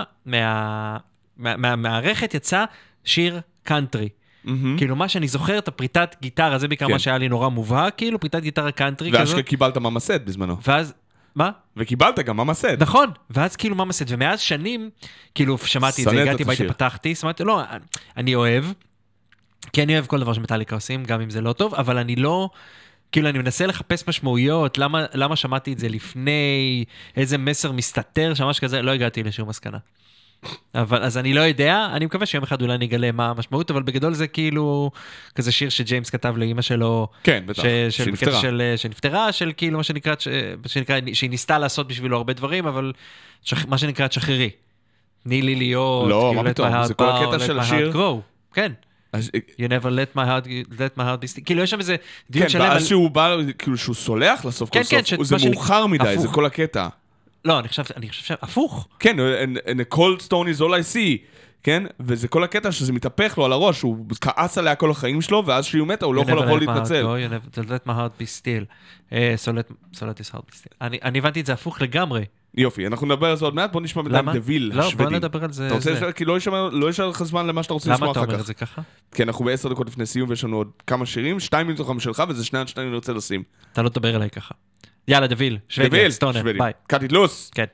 מהמערכת יצא שיר קאנטרי. כאילו מה שאני זוכר את הפריטת גיטרה, זה בעיקר מה שהיה לי נורא מובהק, כאילו פריטת גיטרה קאנטרי. ואז קיבלת ממסד בזמנו. ואז, מה? וקיבלת גם ממסד. נכון, ואז כאילו ממסד, ומאז שנים, כאילו שמעתי את זה, הגעתי ביתה פתחתי, שמעתי, לא, אני אוהב, כי אני אוהב כל דבר שמטליקה עושים, גם אם זה לא טוב, אבל אני לא, כאילו אני מנסה לחפש משמעויות, למה, למה שמעתי את זה לפני, איזה מסר מסתתר, שמש כזה, לא הגעתי לשום מסקנה. אבל אז אני לא יודע, אני מקווה שיום אחד אולי נגלה מה המשמעות, אבל בגדול זה כאילו כזה שיר שג'יימס כתב לאמא שלו, כן, בטח, שנפטרה, של, שנפטרה, של כאילו מה שנקרא, שנקרא, שהיא ניסתה לעשות בשבילו הרבה דברים, אבל מה שנקרא תשחררי. תני לי להיות, לא, כאילו, מה פתאום, זה כל הקטע של השיר. כן. You never let my heart, let my heart be still. כאילו יש שם איזה דיון שלם. כן, ואז שהוא בא, כאילו שהוא סולח לסוף כל סוף, זה מאוחר מדי, זה כל הקטע. לא, אני חושב, אני חושב שהפוך. כן, and a cold stone is all I see, כן? וזה כל הקטע שזה מתהפך לו על הראש, הוא כעס עליה כל החיים שלו, ואז שהיא מתה, הוא לא יכול לבוא להתנצל. You never let my heart be still. So let his heart be still. אני הבנתי את זה הפוך לגמרי. יופי, אנחנו נדבר על זה עוד מעט, בוא נשמע בינתיים למה? דביל לא, השוודים. בוא נדבר על זה. אתה רוצה זה. לשאול? כי לא יישאר- לא יישאר לך זמן למה שאתה רוצה למה לשמוע אתה אחר אומר כך. את זה ככה? כי אנחנו בעשר דקות לפני סיום ויש לנו עוד כמה שירים, שתיים מתוכם שלך וזה שני השניים אני רוצה לשים. אתה לא תדבר אליי ככה. יאללה, דביל, שוודיה, דביל, סטונר, שוודים. ביי. cut it loose. כן.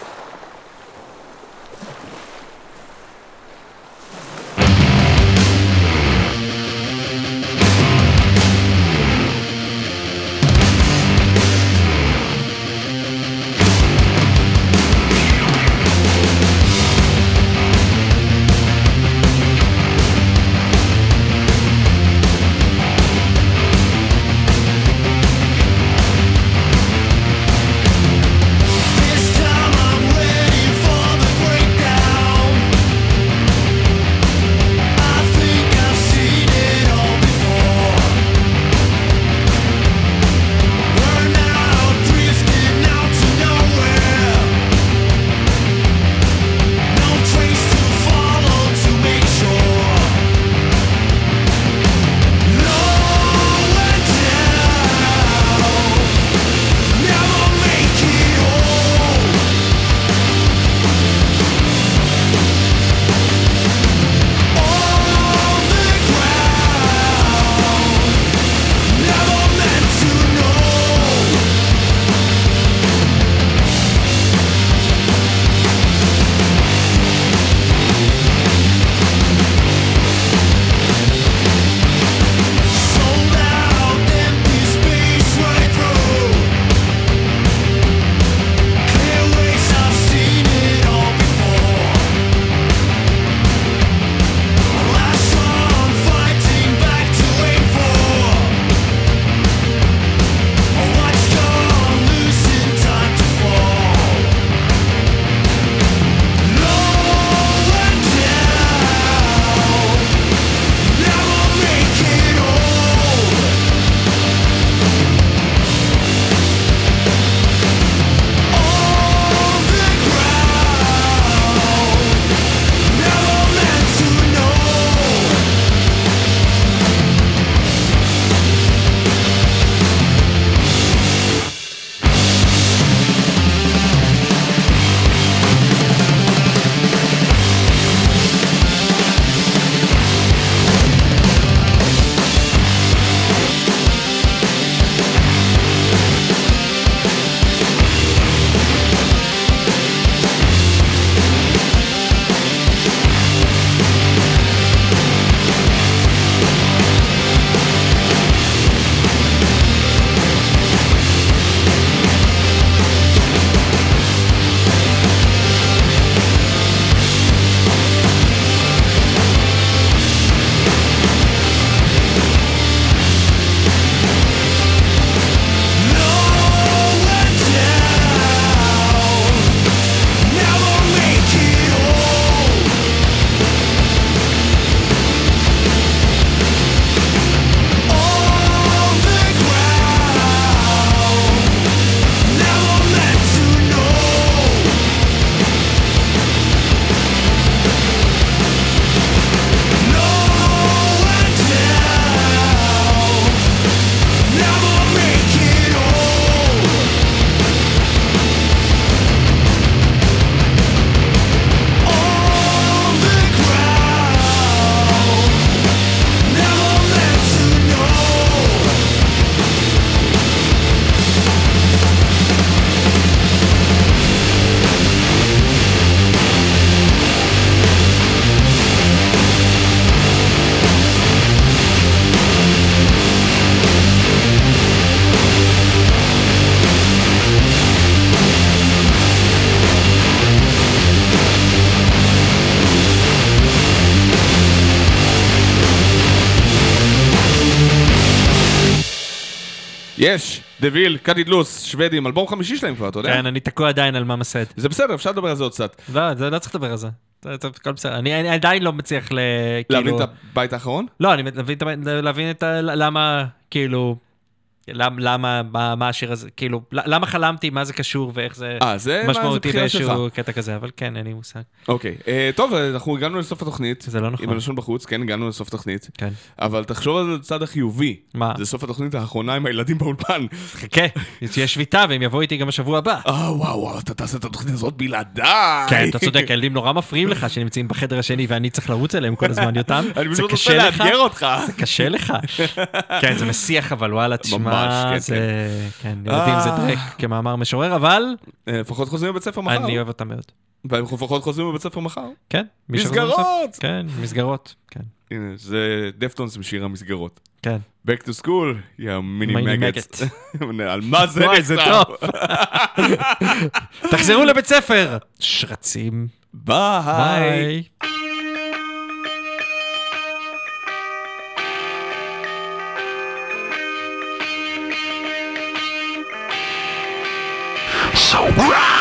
This time I'm ready for the breakdown. I think I've seen it all before. We're now drifting out to nowhere. No trace to follow to make sure. Lower down, never make it home. On the ground, never meant to know. Sold out, empty space right through. Clear ways, I've seen it all before. Last song, fighting back to aim for. What's gone loose in time to fall. Lower down, never make it home. On the ground, never meant to know. Lower down, never make it home. On the ground, never meant to know. Lower down, never make it home. On the ground, never meant to know. יש, דביל, cut it loose, שוודים, אלבום חמישי שלהם כבר, אתה יודע? כן, אני תקוע עדיין על מה מסד. זה בסדר, אפשר לדבר על זה עוד קצת. לא, זה לא צריך לדבר על זה. זה- זה הכל בסדר. אני אני עדיין לא מצליח ל... להבין כאילו- את הבית האחרון? לא, אני מבין את הבית- להבין את ה... למה, כאילו... למ- למה, מה, מה השיר הזה, כאילו, למה חלמתי, מה זה קשור ואיך זה אה, זה מה- זה משמעותי בחירה שלך. באיזשהו קטע כזה, אבל כן, אין לי מושג. אוקיי, אה, טוב, אנחנו הגענו לסוף התוכנית. זה לא נכון. עם הלשון בחוץ, כן, הגענו לסוף התוכנית. כן. אבל תחשוב על הצד החיובי. מה? זה סוף התוכנית האחרונה עם הילדים באולפן. חכה, יש שביתה והם יבואו איתי גם בשבוע הבא. אה, וואו, וואו, אתה תעשה את התוכנית הזאת בלעדיי. כן, אתה צודק, הילדים נורא מפריעים לך שנמצאים בחדר השני ואני צריך לרוץ אליהם כל הזמן, יותם. אני זה פשוט קשה רוצה לך? לאתגר אותך. זה קשה לך. כן, זה מסיח, אבל וואלה, תשמע, ממש, כן, זה... כן, ילדים זה אה. דרק כמאמר משורר, אבל אה, לפחות חוזרים בבית ספר מחר. אני אוהב אותם מאוד. ואנחנו לפחות חוזרים בבית ספר מחר. כן. מי שחוזר מסגרות! בסוף? כן, מסגרות. כן. הנה, זה דפטונס עם שיר המסגרות. כן. Back to school, יא מיני מיני מגץ. על מה זה וואי, זה נכתב? טוב. תחזרו לבית ספר. שרצים. ביי. ביי. So ride!